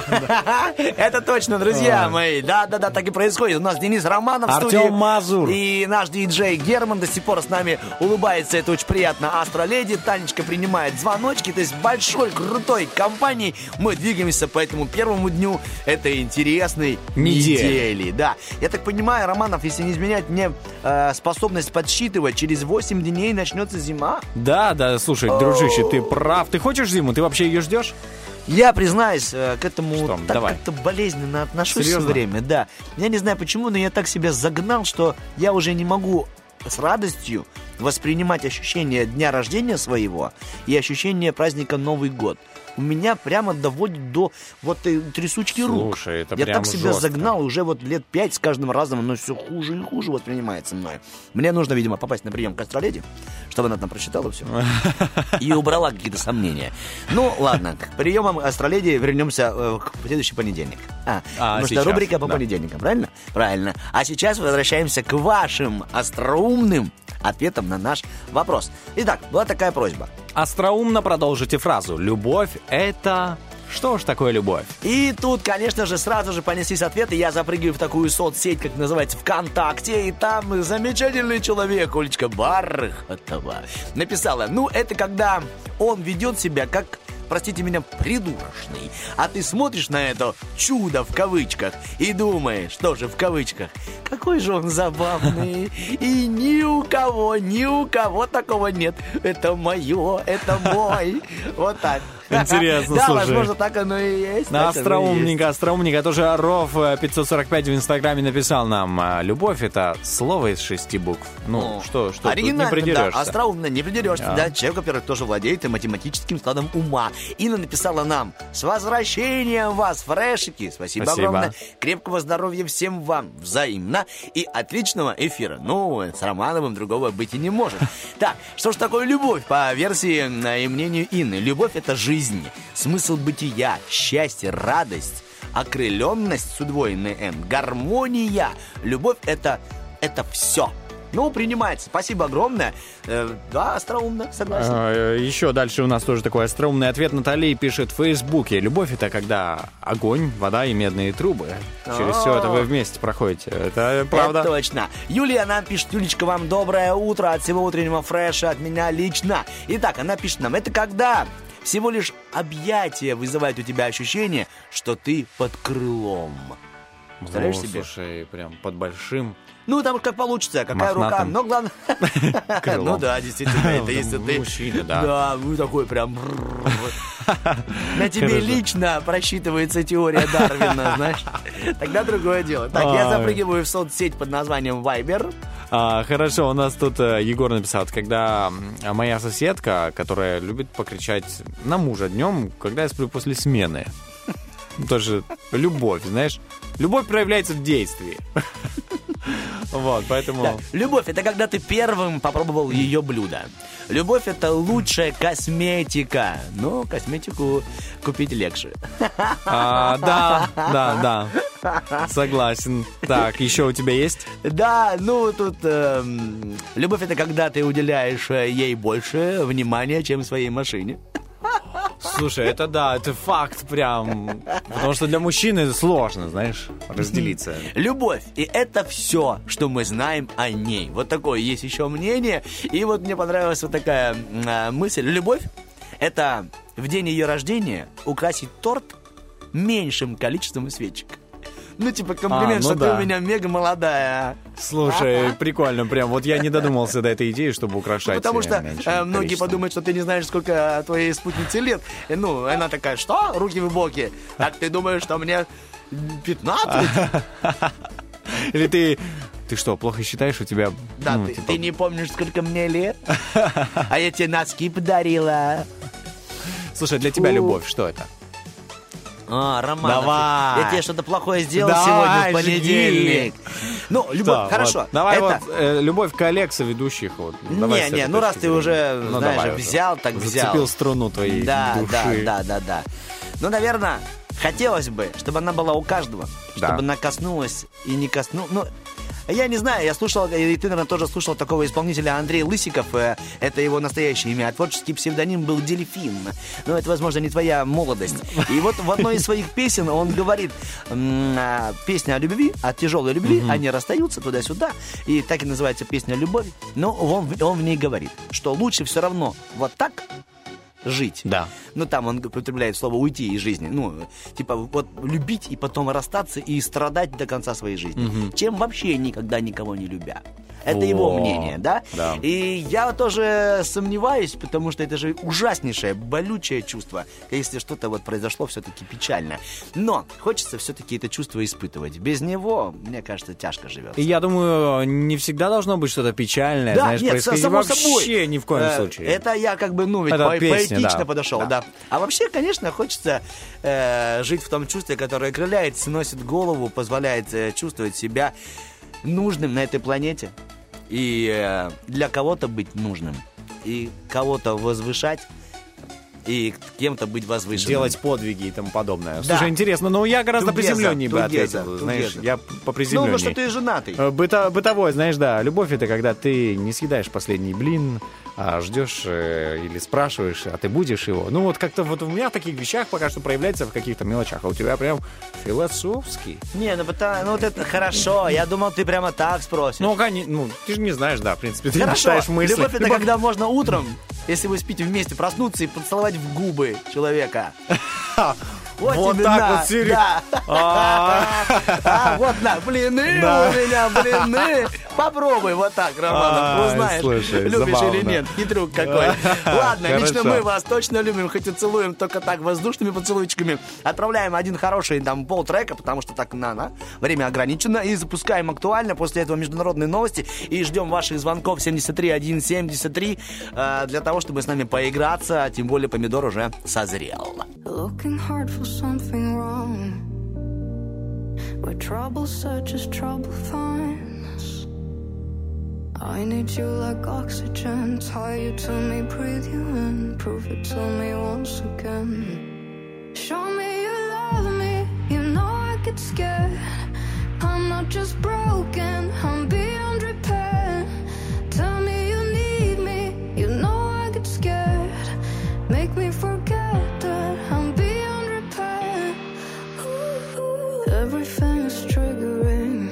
это точно, друзья мои. Да-да-да, так и происходит. У нас Денис Романов в студии. Артем Мазур. И наш диджей Герман до сих пор с нами улыбается. Это очень приятно. Астро-леди. Танечка принимает звоночки. То есть большой, крутой компанией мы двигаемся по этому первому дню этой интересной недели. недели. Да. Я так понимаю, Романов, если не изменять мне э, способность подсчитывать, через восемь дней начнется зима. Да, да, слушай, дружище, ты прав. Ты хочешь зиму? Ты вообще ее ждешь? Я, признаюсь, к этому Что? так Давай. как-то болезненно отношусь Серьезно? все время. Да. Я не знаю почему, но я так себя загнал, что я уже не могу с радостью воспринимать ощущение дня рождения своего и ощущение праздника Новый год. У меня прямо доводит до вот э, трясучки рук. Слушай, это Я прям так себя жестко. загнал, уже вот лет пять с каждым разом оно все хуже и хуже воспринимается мной. Мне нужно, видимо, попасть на прием к астроледи, чтобы она там прочитала все и убрала какие-то сомнения. Ну, ладно, к приемам астроледи вернемся э, в следующий понедельник. А, А, потому сейчас, что рубрика по да. понедельникам, правильно? Правильно. А сейчас возвращаемся к вашим остроумным ответам на наш вопрос. Итак, была такая просьба. Остроумно продолжите фразу. Любовь — это... Что ж такое любовь? И тут, конечно же, сразу же понеслись ответы. Я запрыгиваю в такую соцсеть, как называется ВКонтакте, и там замечательный человек, Олечка Бархатова, написала: ну, это когда он ведет себя как, простите меня, придурочный. А ты смотришь на это чудо в кавычках и думаешь, что же в кавычках, какой же он забавный. И ни у кого, ни у кого такого нет. Это мое, это мой. Вот так. Интересно, да, слушай. возможно, так оно и есть. На так оно и есть. остроумненько, остроумненько. Тоже Ров пятьсот сорок пять в Инстаграме написал нам: а, любовь — это слово из шести букв. Ну, О, что, что, тут не оригинально, придерешься. да, остроумно, не придерешься. Да. Да. Человек, во-первых, тоже владеет и математическим складом ума. Инна написала нам: с возвращением вас, фрешики. Спасибо, Спасибо. огромное. Крепкого здоровья всем вам взаимно. И отличного эфира. Ну, с Романовым другого быть и не может. Так, что ж такое любовь, по версии э, и мнению Инны? Любовь — это жизнь, смысл бытия, счастье, радость, окрыленность с удвоенной «н», гармония. Любовь — это, это все. Ну, принимается. Спасибо огромное. Э, да, остроумно, согласен. А, Еще дальше у нас тоже такой остроумный ответ. Натали пишет в Фейсбуке: любовь — это когда огонь, вода и медные трубы. Через все это вы вместе проходите. Это правда. Это точно. Юлия нам пишет: Юлечка, вам доброе утро от всего утреннего фреша, от меня лично. Итак, она пишет нам: это когда всего лишь объятия вызывают у тебя ощущение, что ты под крылом. Представляешь Ну, себе? Слушай, прям под большим. Ну, там уж как получится, какая рука. Мохнатым Но главное... крылом. Ну да, действительно, это если ты... Мужчина, да. Да, вы такой прям... На тебе Хорошо. лично просчитывается теория Дарвина, знаешь. Тогда другое дело. Так, я Ай. запрыгиваю в соцсеть под названием Viber. А, хорошо, у нас тут э, Егор написал: когда м, моя соседка, которая любит покричать на мужа днем, когда я сплю после смены. Тоже любовь, знаешь. Любовь проявляется в действии. Вот, поэтому... Да. Любовь — это когда ты первым попробовал ее блюдо. Любовь — это лучшая косметика. Но косметику купить легче. А, да, да, да. Согласен. Так, еще у тебя есть? Да, ну тут эм, любовь — это когда ты уделяешь э, ей больше внимания, чем своей машине. Слушай, это да, это факт прям. Потому что для мужчины сложно, знаешь, разделиться. Любовь. И это все, что мы знаем о ней. Вот такое есть еще мнение. И вот мне понравилась вот такая э, мысль. Любовь — это в день ее рождения украсить торт меньшим количеством свечек. Ну, типа, комплимент, А, ну что да. ты у меня мега молодая. Слушай, прикольно прям. Вот я не додумался до этой идеи, чтобы украшать. Ну, потому э, что меньшим э, многие количеством. подумают, что ты не знаешь, сколько твоей спутнице лет. И, ну, она такая: что? Руки в боки. Так ты думаешь, что мне пятнадцать? Или ты... Ты что, плохо считаешь, у тебя... Да, ну, ты, типа, ты не помнишь, сколько мне лет? А я тебе носки подарила. Слушай, для тебя У. любовь, что это? А, Роман, Давай. я тебе что-то плохое сделал Давай, сегодня в понедельник. жги. Ну, любовь, Что, хорошо. вот, давай это... вот э, любовь коллег, соведущих. Вот, давай с Не, не, этой ну раз точки ты зрения. уже, Ну, знаешь, давай уже. взял, так взял. Зацепил струну твоей Да, души. да, да, да, да. Ну, наверное, хотелось бы, чтобы она была у каждого. Да. Чтобы она коснулась и не коснулась. Ну, я не знаю, я слушал, и ты, наверное, тоже слушал такого исполнителя Андрей Лысиков. э, Это его настоящее имя. А творческий псевдоним был Дельфин. Но это, возможно, не твоя молодость. И вот в одной из своих песен он говорит: м, а, песня о любви, о тяжелой любви, Мгм. они расстаются туда-сюда. И так и называется песня «Любовь». Но он, он в ней говорит, что лучше все равно вот так жить. Да. Ну, там он употребляет слово «уйти из жизни». Ну, типа, вот любить и потом расстаться и страдать до конца своей жизни. Мгм. Чем вообще никогда никого не любя. Это О, его мнение, да? да. И я тоже сомневаюсь, потому что это же ужаснейшее, болючее чувство, если что-то вот произошло все-таки печально. Но хочется все-таки это чувство испытывать. Без него, мне кажется, тяжко живется. И я думаю, не всегда должно быть что-то печальное, Да, знаешь, нет, происходить само вообще собой. ни в коем Э, случае. Это я как бы, ну, ведь Это по- песня, поэтично да. подошел, Да. да. А вообще, конечно, хочется э, жить в том чувстве, которое крыляет, сносит голову, позволяет э, чувствовать себя нужным на этой планете. И э, для кого-то быть нужным. И кого-то возвышать. И кем-то быть возвышенным. Делать подвиги и тому подобное. Да. Слушай, интересно, но я гораздо Together, приземленнее бы together, ответил. Знаешь, together. я Ну, поприземленнее. потому что ты женатый. Э, Быто, бытовой, знаешь, да. Любовь — это когда ты не съедаешь последний блин, а ждешь э, или спрашиваешь, а ты будешь его. Ну, вот как-то вот у меня в таких вещах пока что проявляется в каких-то мелочах, а у тебя прям философский. Не, ну, потому, ну вот это хорошо. Я думал, ты прямо так спросишь. Ну, они, ну, ты же не знаешь, да, в принципе, ты Хорошо. читаешь мысли. Любовь — это когда можно утром, если вы спите вместе, проснуться и поцеловать в губы человека. Вот, Вот тебе так на, вот, Сири. да. А. А, вот на, блины Да. у меня, блины. Попробуй вот так, Роман, Ай, узнаешь, слушай, любишь забавно. или нет. Хитрюк какой. Ладно, лично Хорошо. мы вас точно любим, хоть и целуем только так воздушными поцелуйчиками. Отправляем один хороший там полтрека, потому что так на, на время ограничено, и запускаем актуально. После этого международные новости и ждем ваших звонков семьдесят три один семьдесят три э, для того, чтобы с нами поиграться, тем более помидор уже созрел. Looking hard for something wrong. Where trouble searches, trouble finds. I need you like oxygen. Tie you to me, breathe you in. Prove it to me once again. Show me you love me. You know I get scared. I'm not just broken, I'm beyond repair. Tell me you need me. You know I get scared. Make me forget that I'm beyond repair. Ooh, everything is triggering.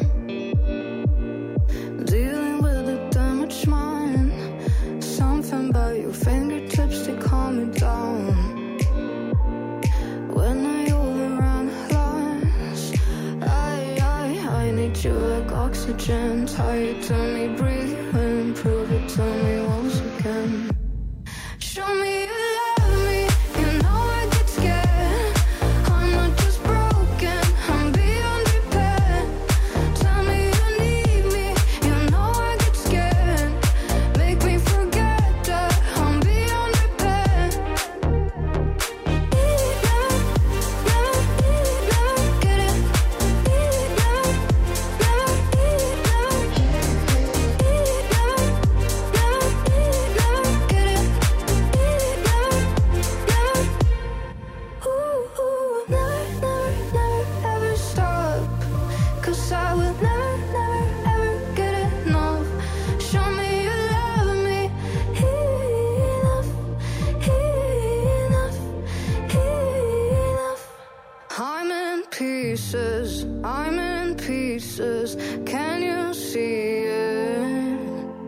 Dealing with the damaged mind. Something about your fingertips, they calm me down. When I overrun lines, I, I, I need you like oxygen. Tie you to me, breathe you in. Prove it to me once again. Show me you love me. You know I get scared. I'm not just broken, I'm beyond repair. Tell me you need me. You know I get scared. Make me forget that I'm beyond repair. Never, never, never get it. Never, never, never, never get it. Ooh, ooh, never, never, never ever stop. 'Cause I will never, never ever get enough. Show me you love me enough, enough, enough. I'm in pieces, I'm in pieces. Can you see it?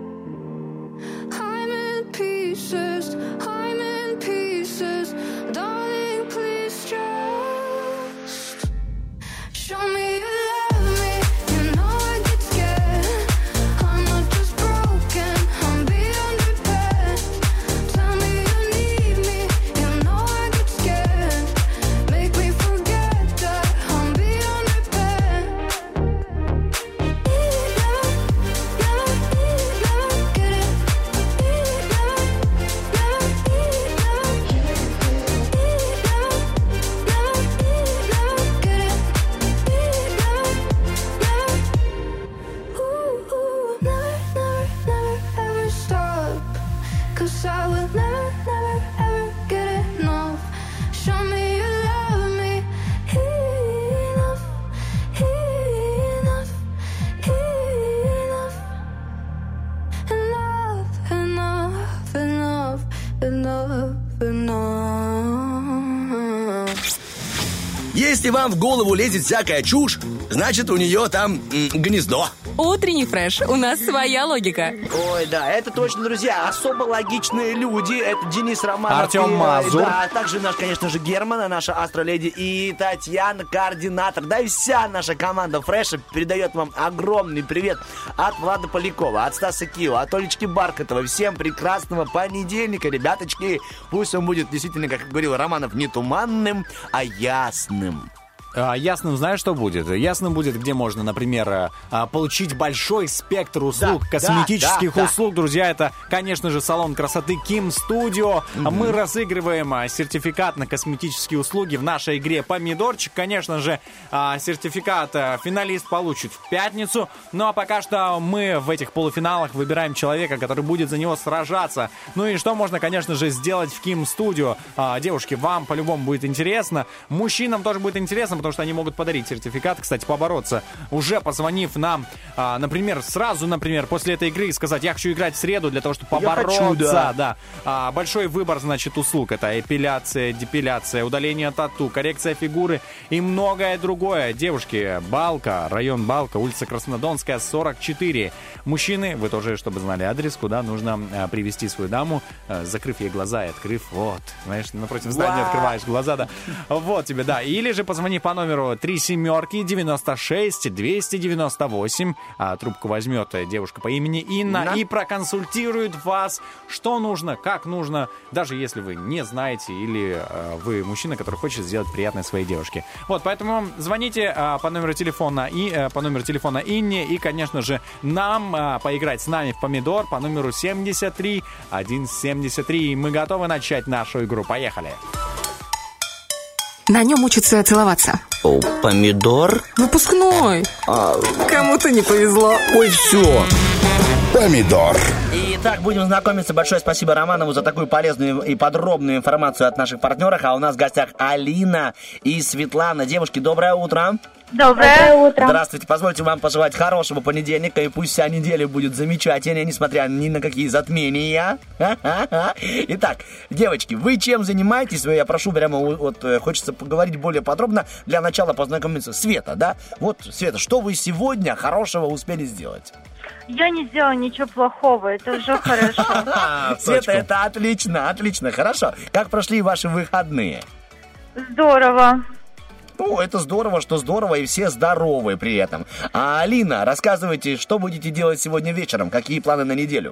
I'm in pieces, I'm in pieces. Darling, please just show me you love me. You know I get scared. I'm not just broken, I'm beyond repair. Tell me you need me. You know I get scared. Make me forget that I'm beyond repair. Если вам в голову лезет всякая чушь, значит, у нее там м, гнездо. Утренний фреш. У нас своя логика. Ой, да, это точно, друзья. Особо логичные люди. Это Денис Романов. Артем и, Мазур. Да, а также наш, конечно же, Герман, наша астроледи, и Татьяна, координатор. Да и вся наша команда Фреша передает вам огромный привет от Влада Полякова, от Стаса Киева, от Олечки Баркотова. Всем прекрасного понедельника, ребяточки. Пусть он будет действительно, как говорил Романов, не туманным, а ясным. А, Ясным знаешь, что будет? Ясным будет, где можно, например, а, получить большой спектр услуг, Да, косметических да, да, услуг. Друзья, это, конечно же, салон красоты Kim Studio. Мгм. Мы разыгрываем а, сертификат на косметические услуги в нашей игре «Помидорчик». Конечно же, а, сертификат а, финалист получит в пятницу. Ну а пока что мы в этих полуфиналах выбираем человека, который будет за него сражаться. Ну и что можно, конечно же, сделать в Kim Studio? А, девушки, вам по-любому будет интересно. Мужчинам тоже будет интересно, потому что они могут подарить сертификат, кстати, побороться, уже позвонив нам, а, например, сразу, например, после этой игры сказать, я хочу играть в среду для того, чтобы Я побороться. хочу, да. да. А, большой выбор, значит, услуг. Это эпиляция, депиляция, удаление тату, коррекция фигуры и многое другое. Девушки, Балка, район Балка, улица Краснодонская, сорок четыре. Мужчины, вы тоже, чтобы знали адрес, куда нужно а, привести свою даму, а, закрыв ей глаза и открыв, вот, знаешь, напротив здания Вау. открываешь глаза, да. Вот тебе, да. Или же позвони по номеру три семерки девяносто шесть двести девяносто восемь. А, трубку возьмет девушка по имени Инна Инна. и проконсультирует вас, что нужно, как нужно, даже если вы не знаете или а, вы мужчина, который хочет сделать приятное своей девушке. Вот, поэтому звоните а, по номеру телефона и а, по номеру телефона Инне и, конечно же, нам а, поиграть с нами в помидор по номеру семьдесят три сто семьдесят три. Мы готовы начать нашу игру. Поехали. На нем учатся целоваться. О, помидор? Выпускной. А, Кому-то не повезло. ой, все. Помидор. Итак, будем знакомиться. Большое спасибо Романову за такую полезную и подробную информацию от наших партнеров. А у нас в гостях Алина и Светлана. Девушки, доброе утро. Доброе утро. Здравствуйте. Позвольте вам пожелать хорошего понедельника, и пусть вся неделя будет замечательной, несмотря ни на какие затмения. Итак, девочки, вы чем занимаетесь? Я прошу прямо, вот хочется поговорить более подробно. Для начала познакомиться. Света, да? Вот, Света, что вы сегодня хорошего успели сделать? Я не сделала ничего плохого, это уже хорошо. Света, это отлично, отлично, хорошо. Как прошли ваши выходные? Здорово. Ну, это здорово, что здорово, и все здоровы при этом. А Алина, рассказывайте, что будете делать сегодня вечером? Какие планы на неделю?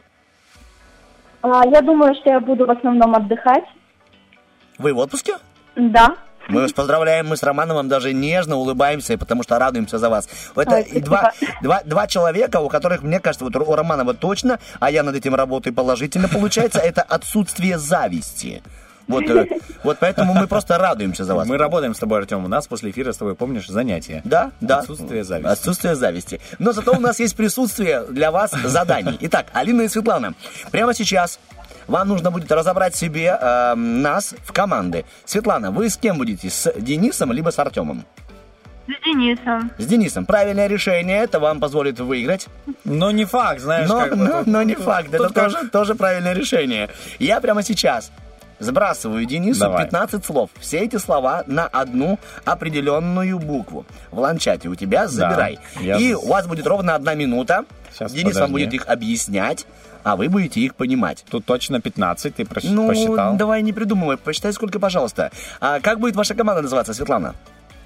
А, Я думаю, что я буду в основном отдыхать. Вы в отпуске? Да. Мы вас поздравляем, мы с Романовым даже нежно улыбаемся, потому что радуемся за вас. Это Ой, и два, два, два человека, у которых, мне кажется, вот у Романова точно, а я над этим работаю положительно, получается, это отсутствие зависти. Вот, э, вот поэтому мы просто радуемся за вас. Мы работаем с тобой, Артем. У нас после эфира с тобой, помнишь, занятия. Да, да. Отсутствие зависти. Отсутствие зависти. Но зато у нас есть присутствие для вас заданий. Итак, Алина и Светлана, прямо сейчас вам нужно будет разобрать себе э, нас в команды. Светлана, вы с кем будете? С Денисом либо с Артемом? С Денисом. С Денисом. Правильное решение, это вам позволит выиграть. Но не факт, знаешь. Но, как бы, но, тут- но не факт, это тут как- тоже, тоже правильное решение. Я прямо сейчас сбрасываю Денису Давай. пятнадцать слов. Все эти слова на одну определенную букву. В ланчате у тебя забирай. я И з- у вас будет ровно одна минута. Сейчас, Денис вам подожди. будет их объяснять, а вы будете их понимать. Тут точно пятнадцать, ты просч- Ну, посчитал. давай не придумывай, посчитай сколько, пожалуйста. А как будет ваша команда называться, Светлана?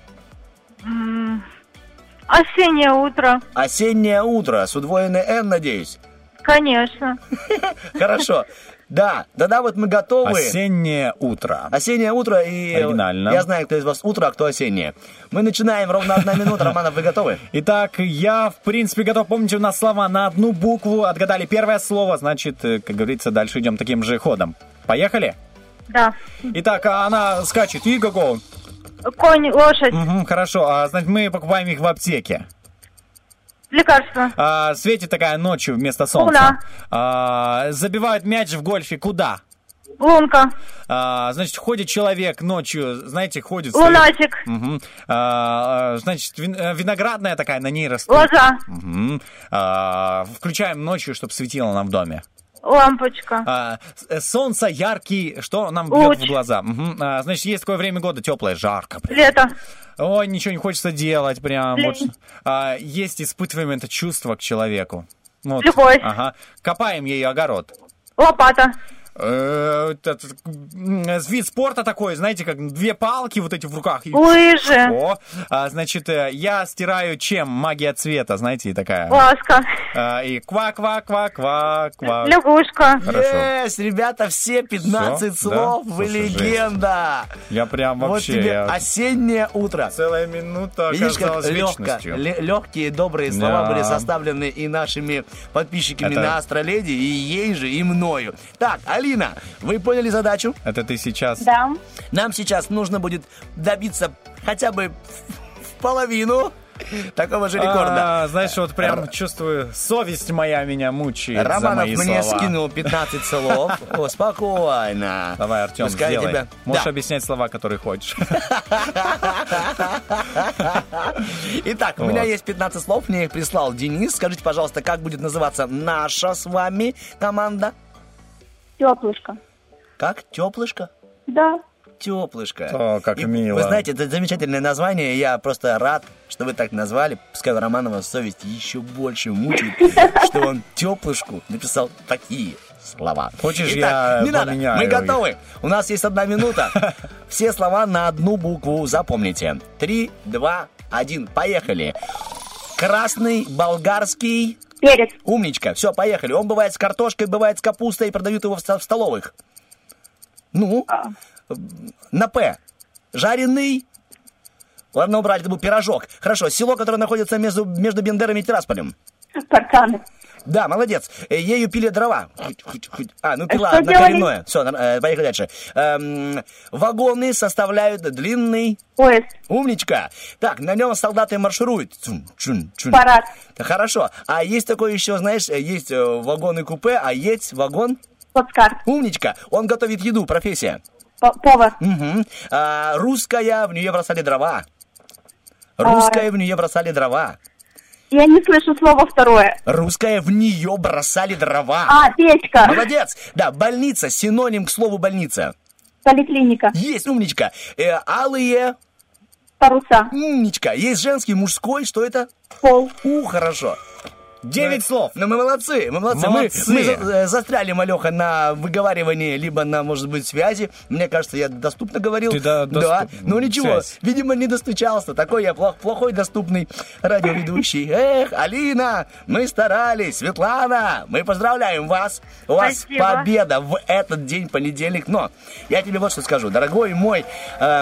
М, Осеннее утро. Осеннее утро с удвоенной «Н», надеюсь. Конечно. Хорошо. Да, да-да, вот мы готовы. Осеннее утро. Осеннее утро, и Оригинально. я знаю, кто из вас утро, а кто осеннее. Мы начинаем, ровно одна минута. Романов, вы готовы? Итак, я, в принципе, готов. Помните, у нас слова на одну букву. Отгадали первое слово, значит, э, как говорится, дальше идем таким же ходом. Поехали? Да. Итак, а она скачет. И какого? Конь, лошадь, Мгм, хорошо. А, значит, мы покупаем их в аптеке. лекарство, А, светит такая ночью вместо солнца. Луна. А, забивают мяч в гольфе. Куда? лунка, А, значит, ходит человек ночью, знаете, ходит... стоит. лунатик, Мгм. А, значит, вин- э, виноградная такая, на ней растут. лоза, Мгм. А, включаем ночью, чтобы светило нам в доме. Лампочка. А, с- солнце, яркий, что нам бьет Луч. в глаза? Мгм. А, значит, есть такое время года теплое, жарко. Прям. Лето. Ой, ничего не хочется делать, прям. Блин. Вот что- а, есть, испытываем это чувство к человеку. Вот. Любовь. Ага. Копаем ей огород. Лопата. Э, этот, м, вид спорта такой, знаете, как две палки вот эти в руках. И- Лыжи. О, а, значит, э, я стираю чем? Магия цвета, знаете, такая. Ласка. А, и ква-ква-ква-ква-ква. Лягушка. Хорошо. Есть, ребята, все пятнадцать Всё? слов, Да? вы Слушай, жесть. легенда. Я прям Вот вообще... тебе я- осеннее утро. Целая минута Видишь, как оказалась легко, вечностью. легкие, добрые слова Да. были составлены и нашими подписчиками Это- на Астроледи, и ей же, и мною. Так, Алина, вы поняли задачу? Это ты сейчас... Да. Нам сейчас нужно будет добиться хотя бы в половину такого же рекорда. А, знаешь, вот прям чувствую, совесть моя меня мучает за Романов мои мне слова. скинул пятнадцать слов. О, спокойно. Давай, Артем, Пускай сделай. тебя- Можешь Да. объяснять слова, которые хочешь. Итак, у меня Вот. есть пятнадцать слов, мне их прислал Денис. Скажите, пожалуйста, как будет называться наша с вами команда? Теплышко. Как? Теплышко? Да. Теплышко. О, как И мило. Вы знаете, это замечательное название. Я просто рад, что вы так назвали. Пускай Романова совесть еще больше мучает, что он теплышку написал такие слова. Хочешь, Итак, я не надо, поменяю мы их? готовы. У нас есть одна минута. Все слова на одну букву запомните. Три, два, один, поехали. Красный, болгарский... Перец. Умничка. Все, поехали. Он бывает с картошкой, бывает с капустой, продают его в, ст- в столовых. Ну, на П. Жареный. Ладно, убрать, это был пирожок. Хорошо, село, которое находится между, между Бендером и Тирасполем. Парканы. Да, молодец. Э, Ею пили дрова. Хоть, хоть, хоть. А, ну пила Что на делали? коренное. Все, поехали дальше. Эм, вагоны составляют длинный... Поезд. Умничка. Так, на нем солдаты маршируют. Цун, чун, чун. Парад. Хорошо. А есть такое еще, знаешь, есть э, вагон-купе, а есть вагон... Плацкарт. Умничка. Он готовит еду, профессия. П- Повар. Угу. А, русская, в нее бросали дрова. Русская, в нее бросали дрова. Я не слышу слово второе. Русская, в нее бросали дрова. А, печка. Молодец. Да, больница, синоним к слову больница. Поликлиника. Есть, умничка. Э, алые... Паруса. Умничка. Есть женский, мужской, что это? Пол. У, хорошо. Девять слов. Ну, мы молодцы, мы молодцы. Молодцы. Мы, мы за- э, застряли, малеха, на выговаривании, либо на, может быть, связи. Мне кажется, я доступно говорил. Ты да, да. доступ- Ну, ничего, связь. видимо, не достучался. Такой я плох- плохой доступный радиоведущий. Эх, Алина, мы старались. Светлана, мы поздравляем вас. У вас Спасибо. победа в этот день, понедельник. Но я тебе вот что скажу. Дорогой мой э,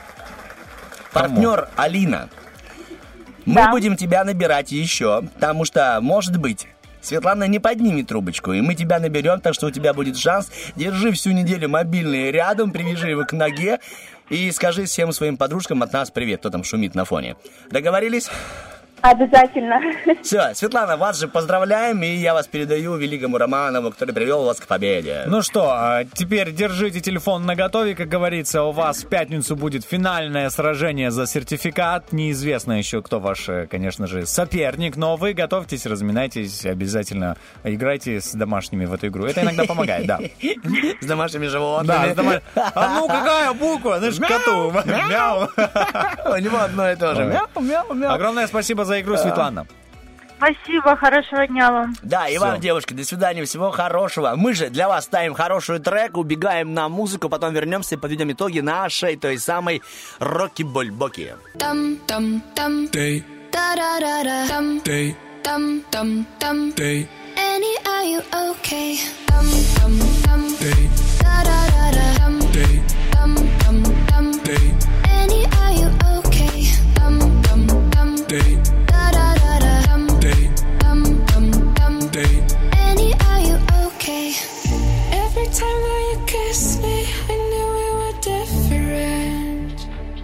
партнер Алина, мы Да. будем тебя набирать еще, потому что, может быть, Светлана не поднимет трубочку, и мы тебя наберем, так что у тебя будет шанс. Держи всю неделю мобильный рядом, привяжи его к ноге и скажи всем своим подружкам от нас привет, кто там шумит на фоне. Договорились? Обязательно. Все, Светлана, вас же поздравляем, и я вас передаю великому Романову, который привел вас к победе. Ну что, а, теперь держите телефон наготове, как говорится, у вас в пятницу будет финальное сражение за сертификат. Неизвестно еще, кто ваш, э, конечно же, соперник, но вы готовьтесь, разминайтесь, обязательно играйте с домашними в эту игру. Это иногда помогает, да. С домашними Да, животными. с дома- А ну, какая буква? Знаешь, коту. Мяу. У него одно и то же. Ой. Мяу, мяу, мяу. Огромное спасибо за игру, Светлана. Спасибо, хорошего дня вам. Да, и Всё. вам, девушки, до свидания, всего хорошего. Мы же для вас ставим хороший трек, убегаем на музыку, потом вернемся и подведем итоги нашей той самой Рокки-Бульбоки. Dum dum dum. Day, Da da da da. Dum day, dum dum dum. day, Annie, are you okay? Dum dum dum. day, Da da da da. Dum day, dum dum dum. day, Annie, are you okay? Dum dum dum. day, Da da da da. Dum day, dum dum dum. day. Annie, are you okay? Every time that you kiss me, I knew we were different.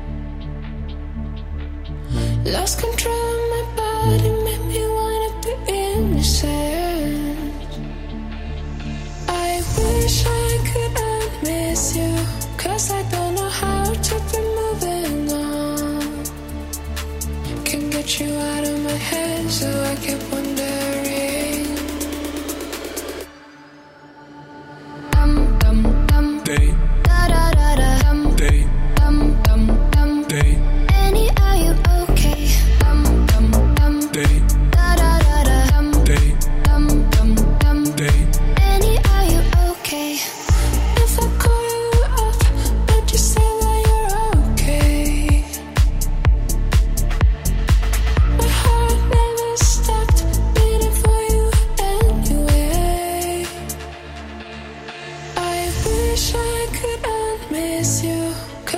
Lost control of my body, made me wanna be innocent. I wish I could unmiss you, 'cause I don't know how to be moving on. Can't get you out of my head, so I keep wondering.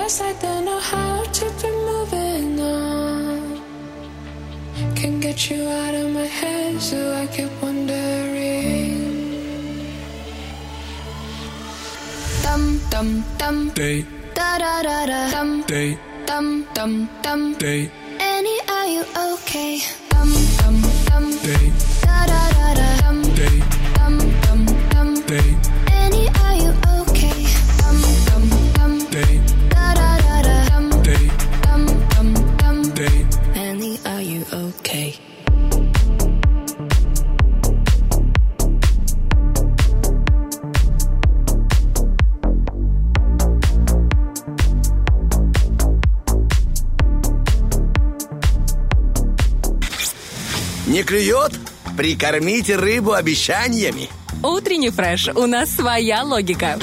just like they know how to be moving on. Can't get you out of my head, so I keep wondering. Dum dum dum. Day. Da da da da. Dum. Day. Dum dum dum. Day. Annie, are you okay? Dum dum dum. Day. Da da da da. Dum. Day. Dum dum dum. Day. Annie, are you okay? Dum dum dum. Day. Da da da da. Dum. Day. Dum dum dum. Day. Annie, are you okay? Не клюет? Прикормите рыбу обещаниями. Утренний фреш. У нас своя логика.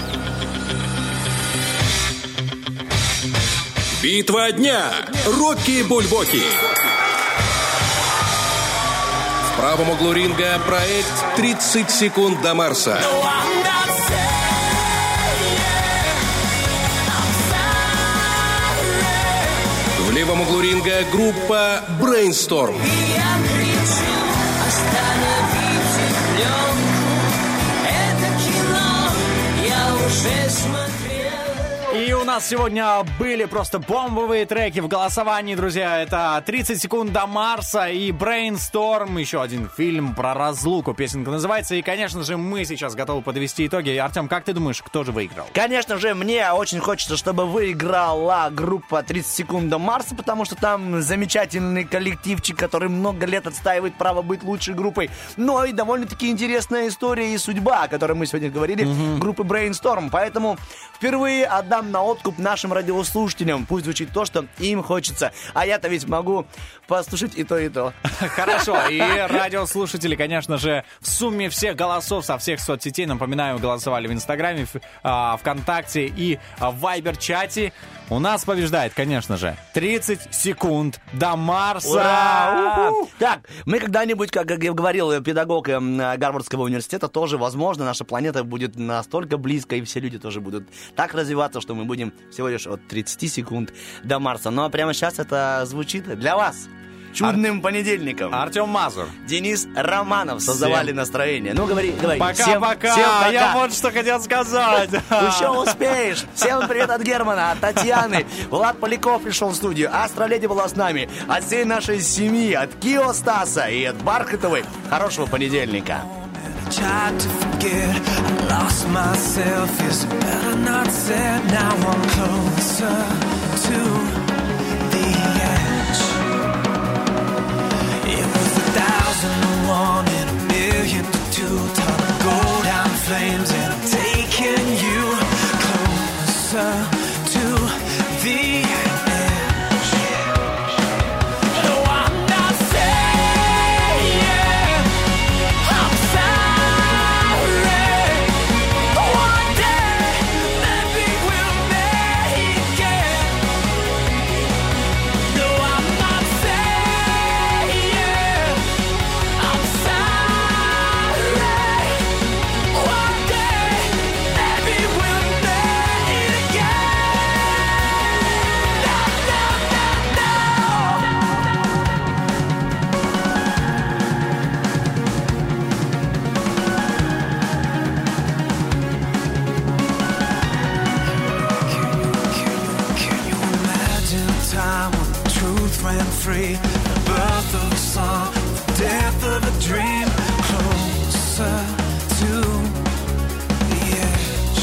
Битва дня. Рокки Бульбоки. В правом углу ринга проект «тридцать секунд до Марса». В левом углу ринга группа «Брейнсторм». И у нас сегодня были просто бомбовые треки в голосовании, друзья. Это «тридцать секунд до Марса» и «Brainstorm». Еще один фильм про разлуку. Песенка называется. И, конечно же, мы сейчас готовы подвести итоги. Артем, как ты думаешь, кто же выиграл? Конечно же, мне очень хочется, чтобы выиграла группа «тридцать секунд до Марса», потому что там замечательный коллективчик, который много лет отстаивает право быть лучшей группой. Но и довольно-таки интересная история и судьба, о которой мы сегодня говорили, mm-hmm. группы Brainstorm. Поэтому впервые отдам на откуп нашим радиослушателям. Пусть звучит то, что им хочется. А я-то ведь могу послушать и то, и то. Хорошо. И радиослушатели, конечно же, в сумме всех голосов со всех соцсетей, напоминаю, голосовали в Инстаграме, в ВКонтакте и в Вайбер-чате. У нас побеждает, конечно же, тридцать секунд до Марса. Ура! Так, мы когда-нибудь, как я говорил, педагог Гарвардского университета, тоже, возможно, наша планета будет настолько близко, и все люди тоже будут так развиваться, что мы будем всего лишь от тридцати секунд до Марса. Но прямо сейчас это звучит для вас. Чудным Ар... понедельником. Артем Мазур. Денис Романов создавали всем настроение. Ну, говори, говори. Пока-пока. Всем, пока. всем пока. Я вот что хотел сказать. Еще успеешь. Всем привет от Германа, от Татьяны. Влад Поляков пришел в студию. Астра Леди была с нами. От всей нашей семьи, от Кио Стаса и от Бархатовой. Хорошего понедельника. Tried to forget, I lost myself. Is it better not said? Now I'm closer to the edge. It was a thousand to one and a million to two. Time to go down flames and I'm taking you closer to the edge. Free, the birth of a song, the death of a dream, closer to the edge.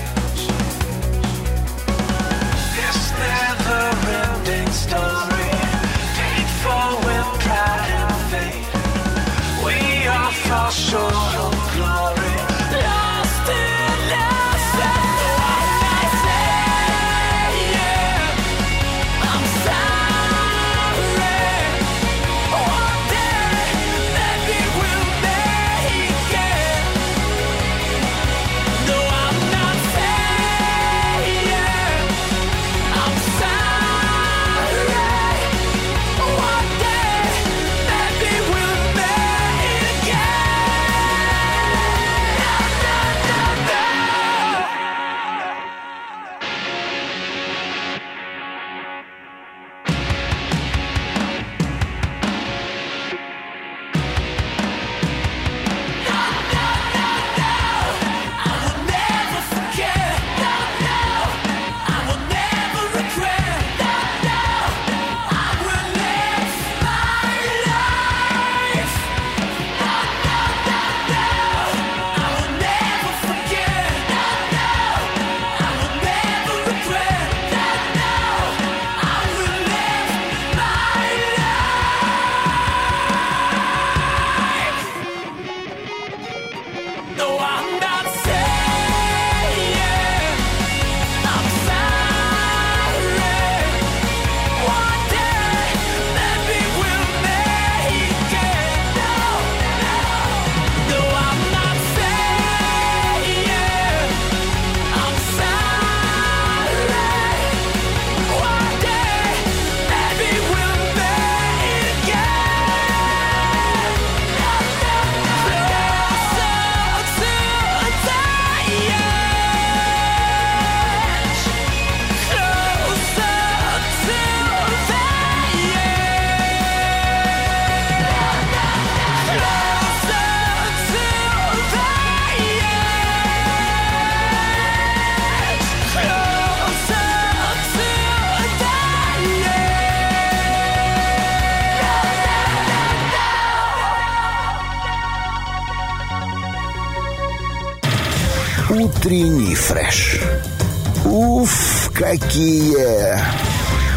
This never-ending story, painful with pride and fate. We all fall short of glory, lost in ourselves. I'm sorry. Утренний фреш. Уф, какие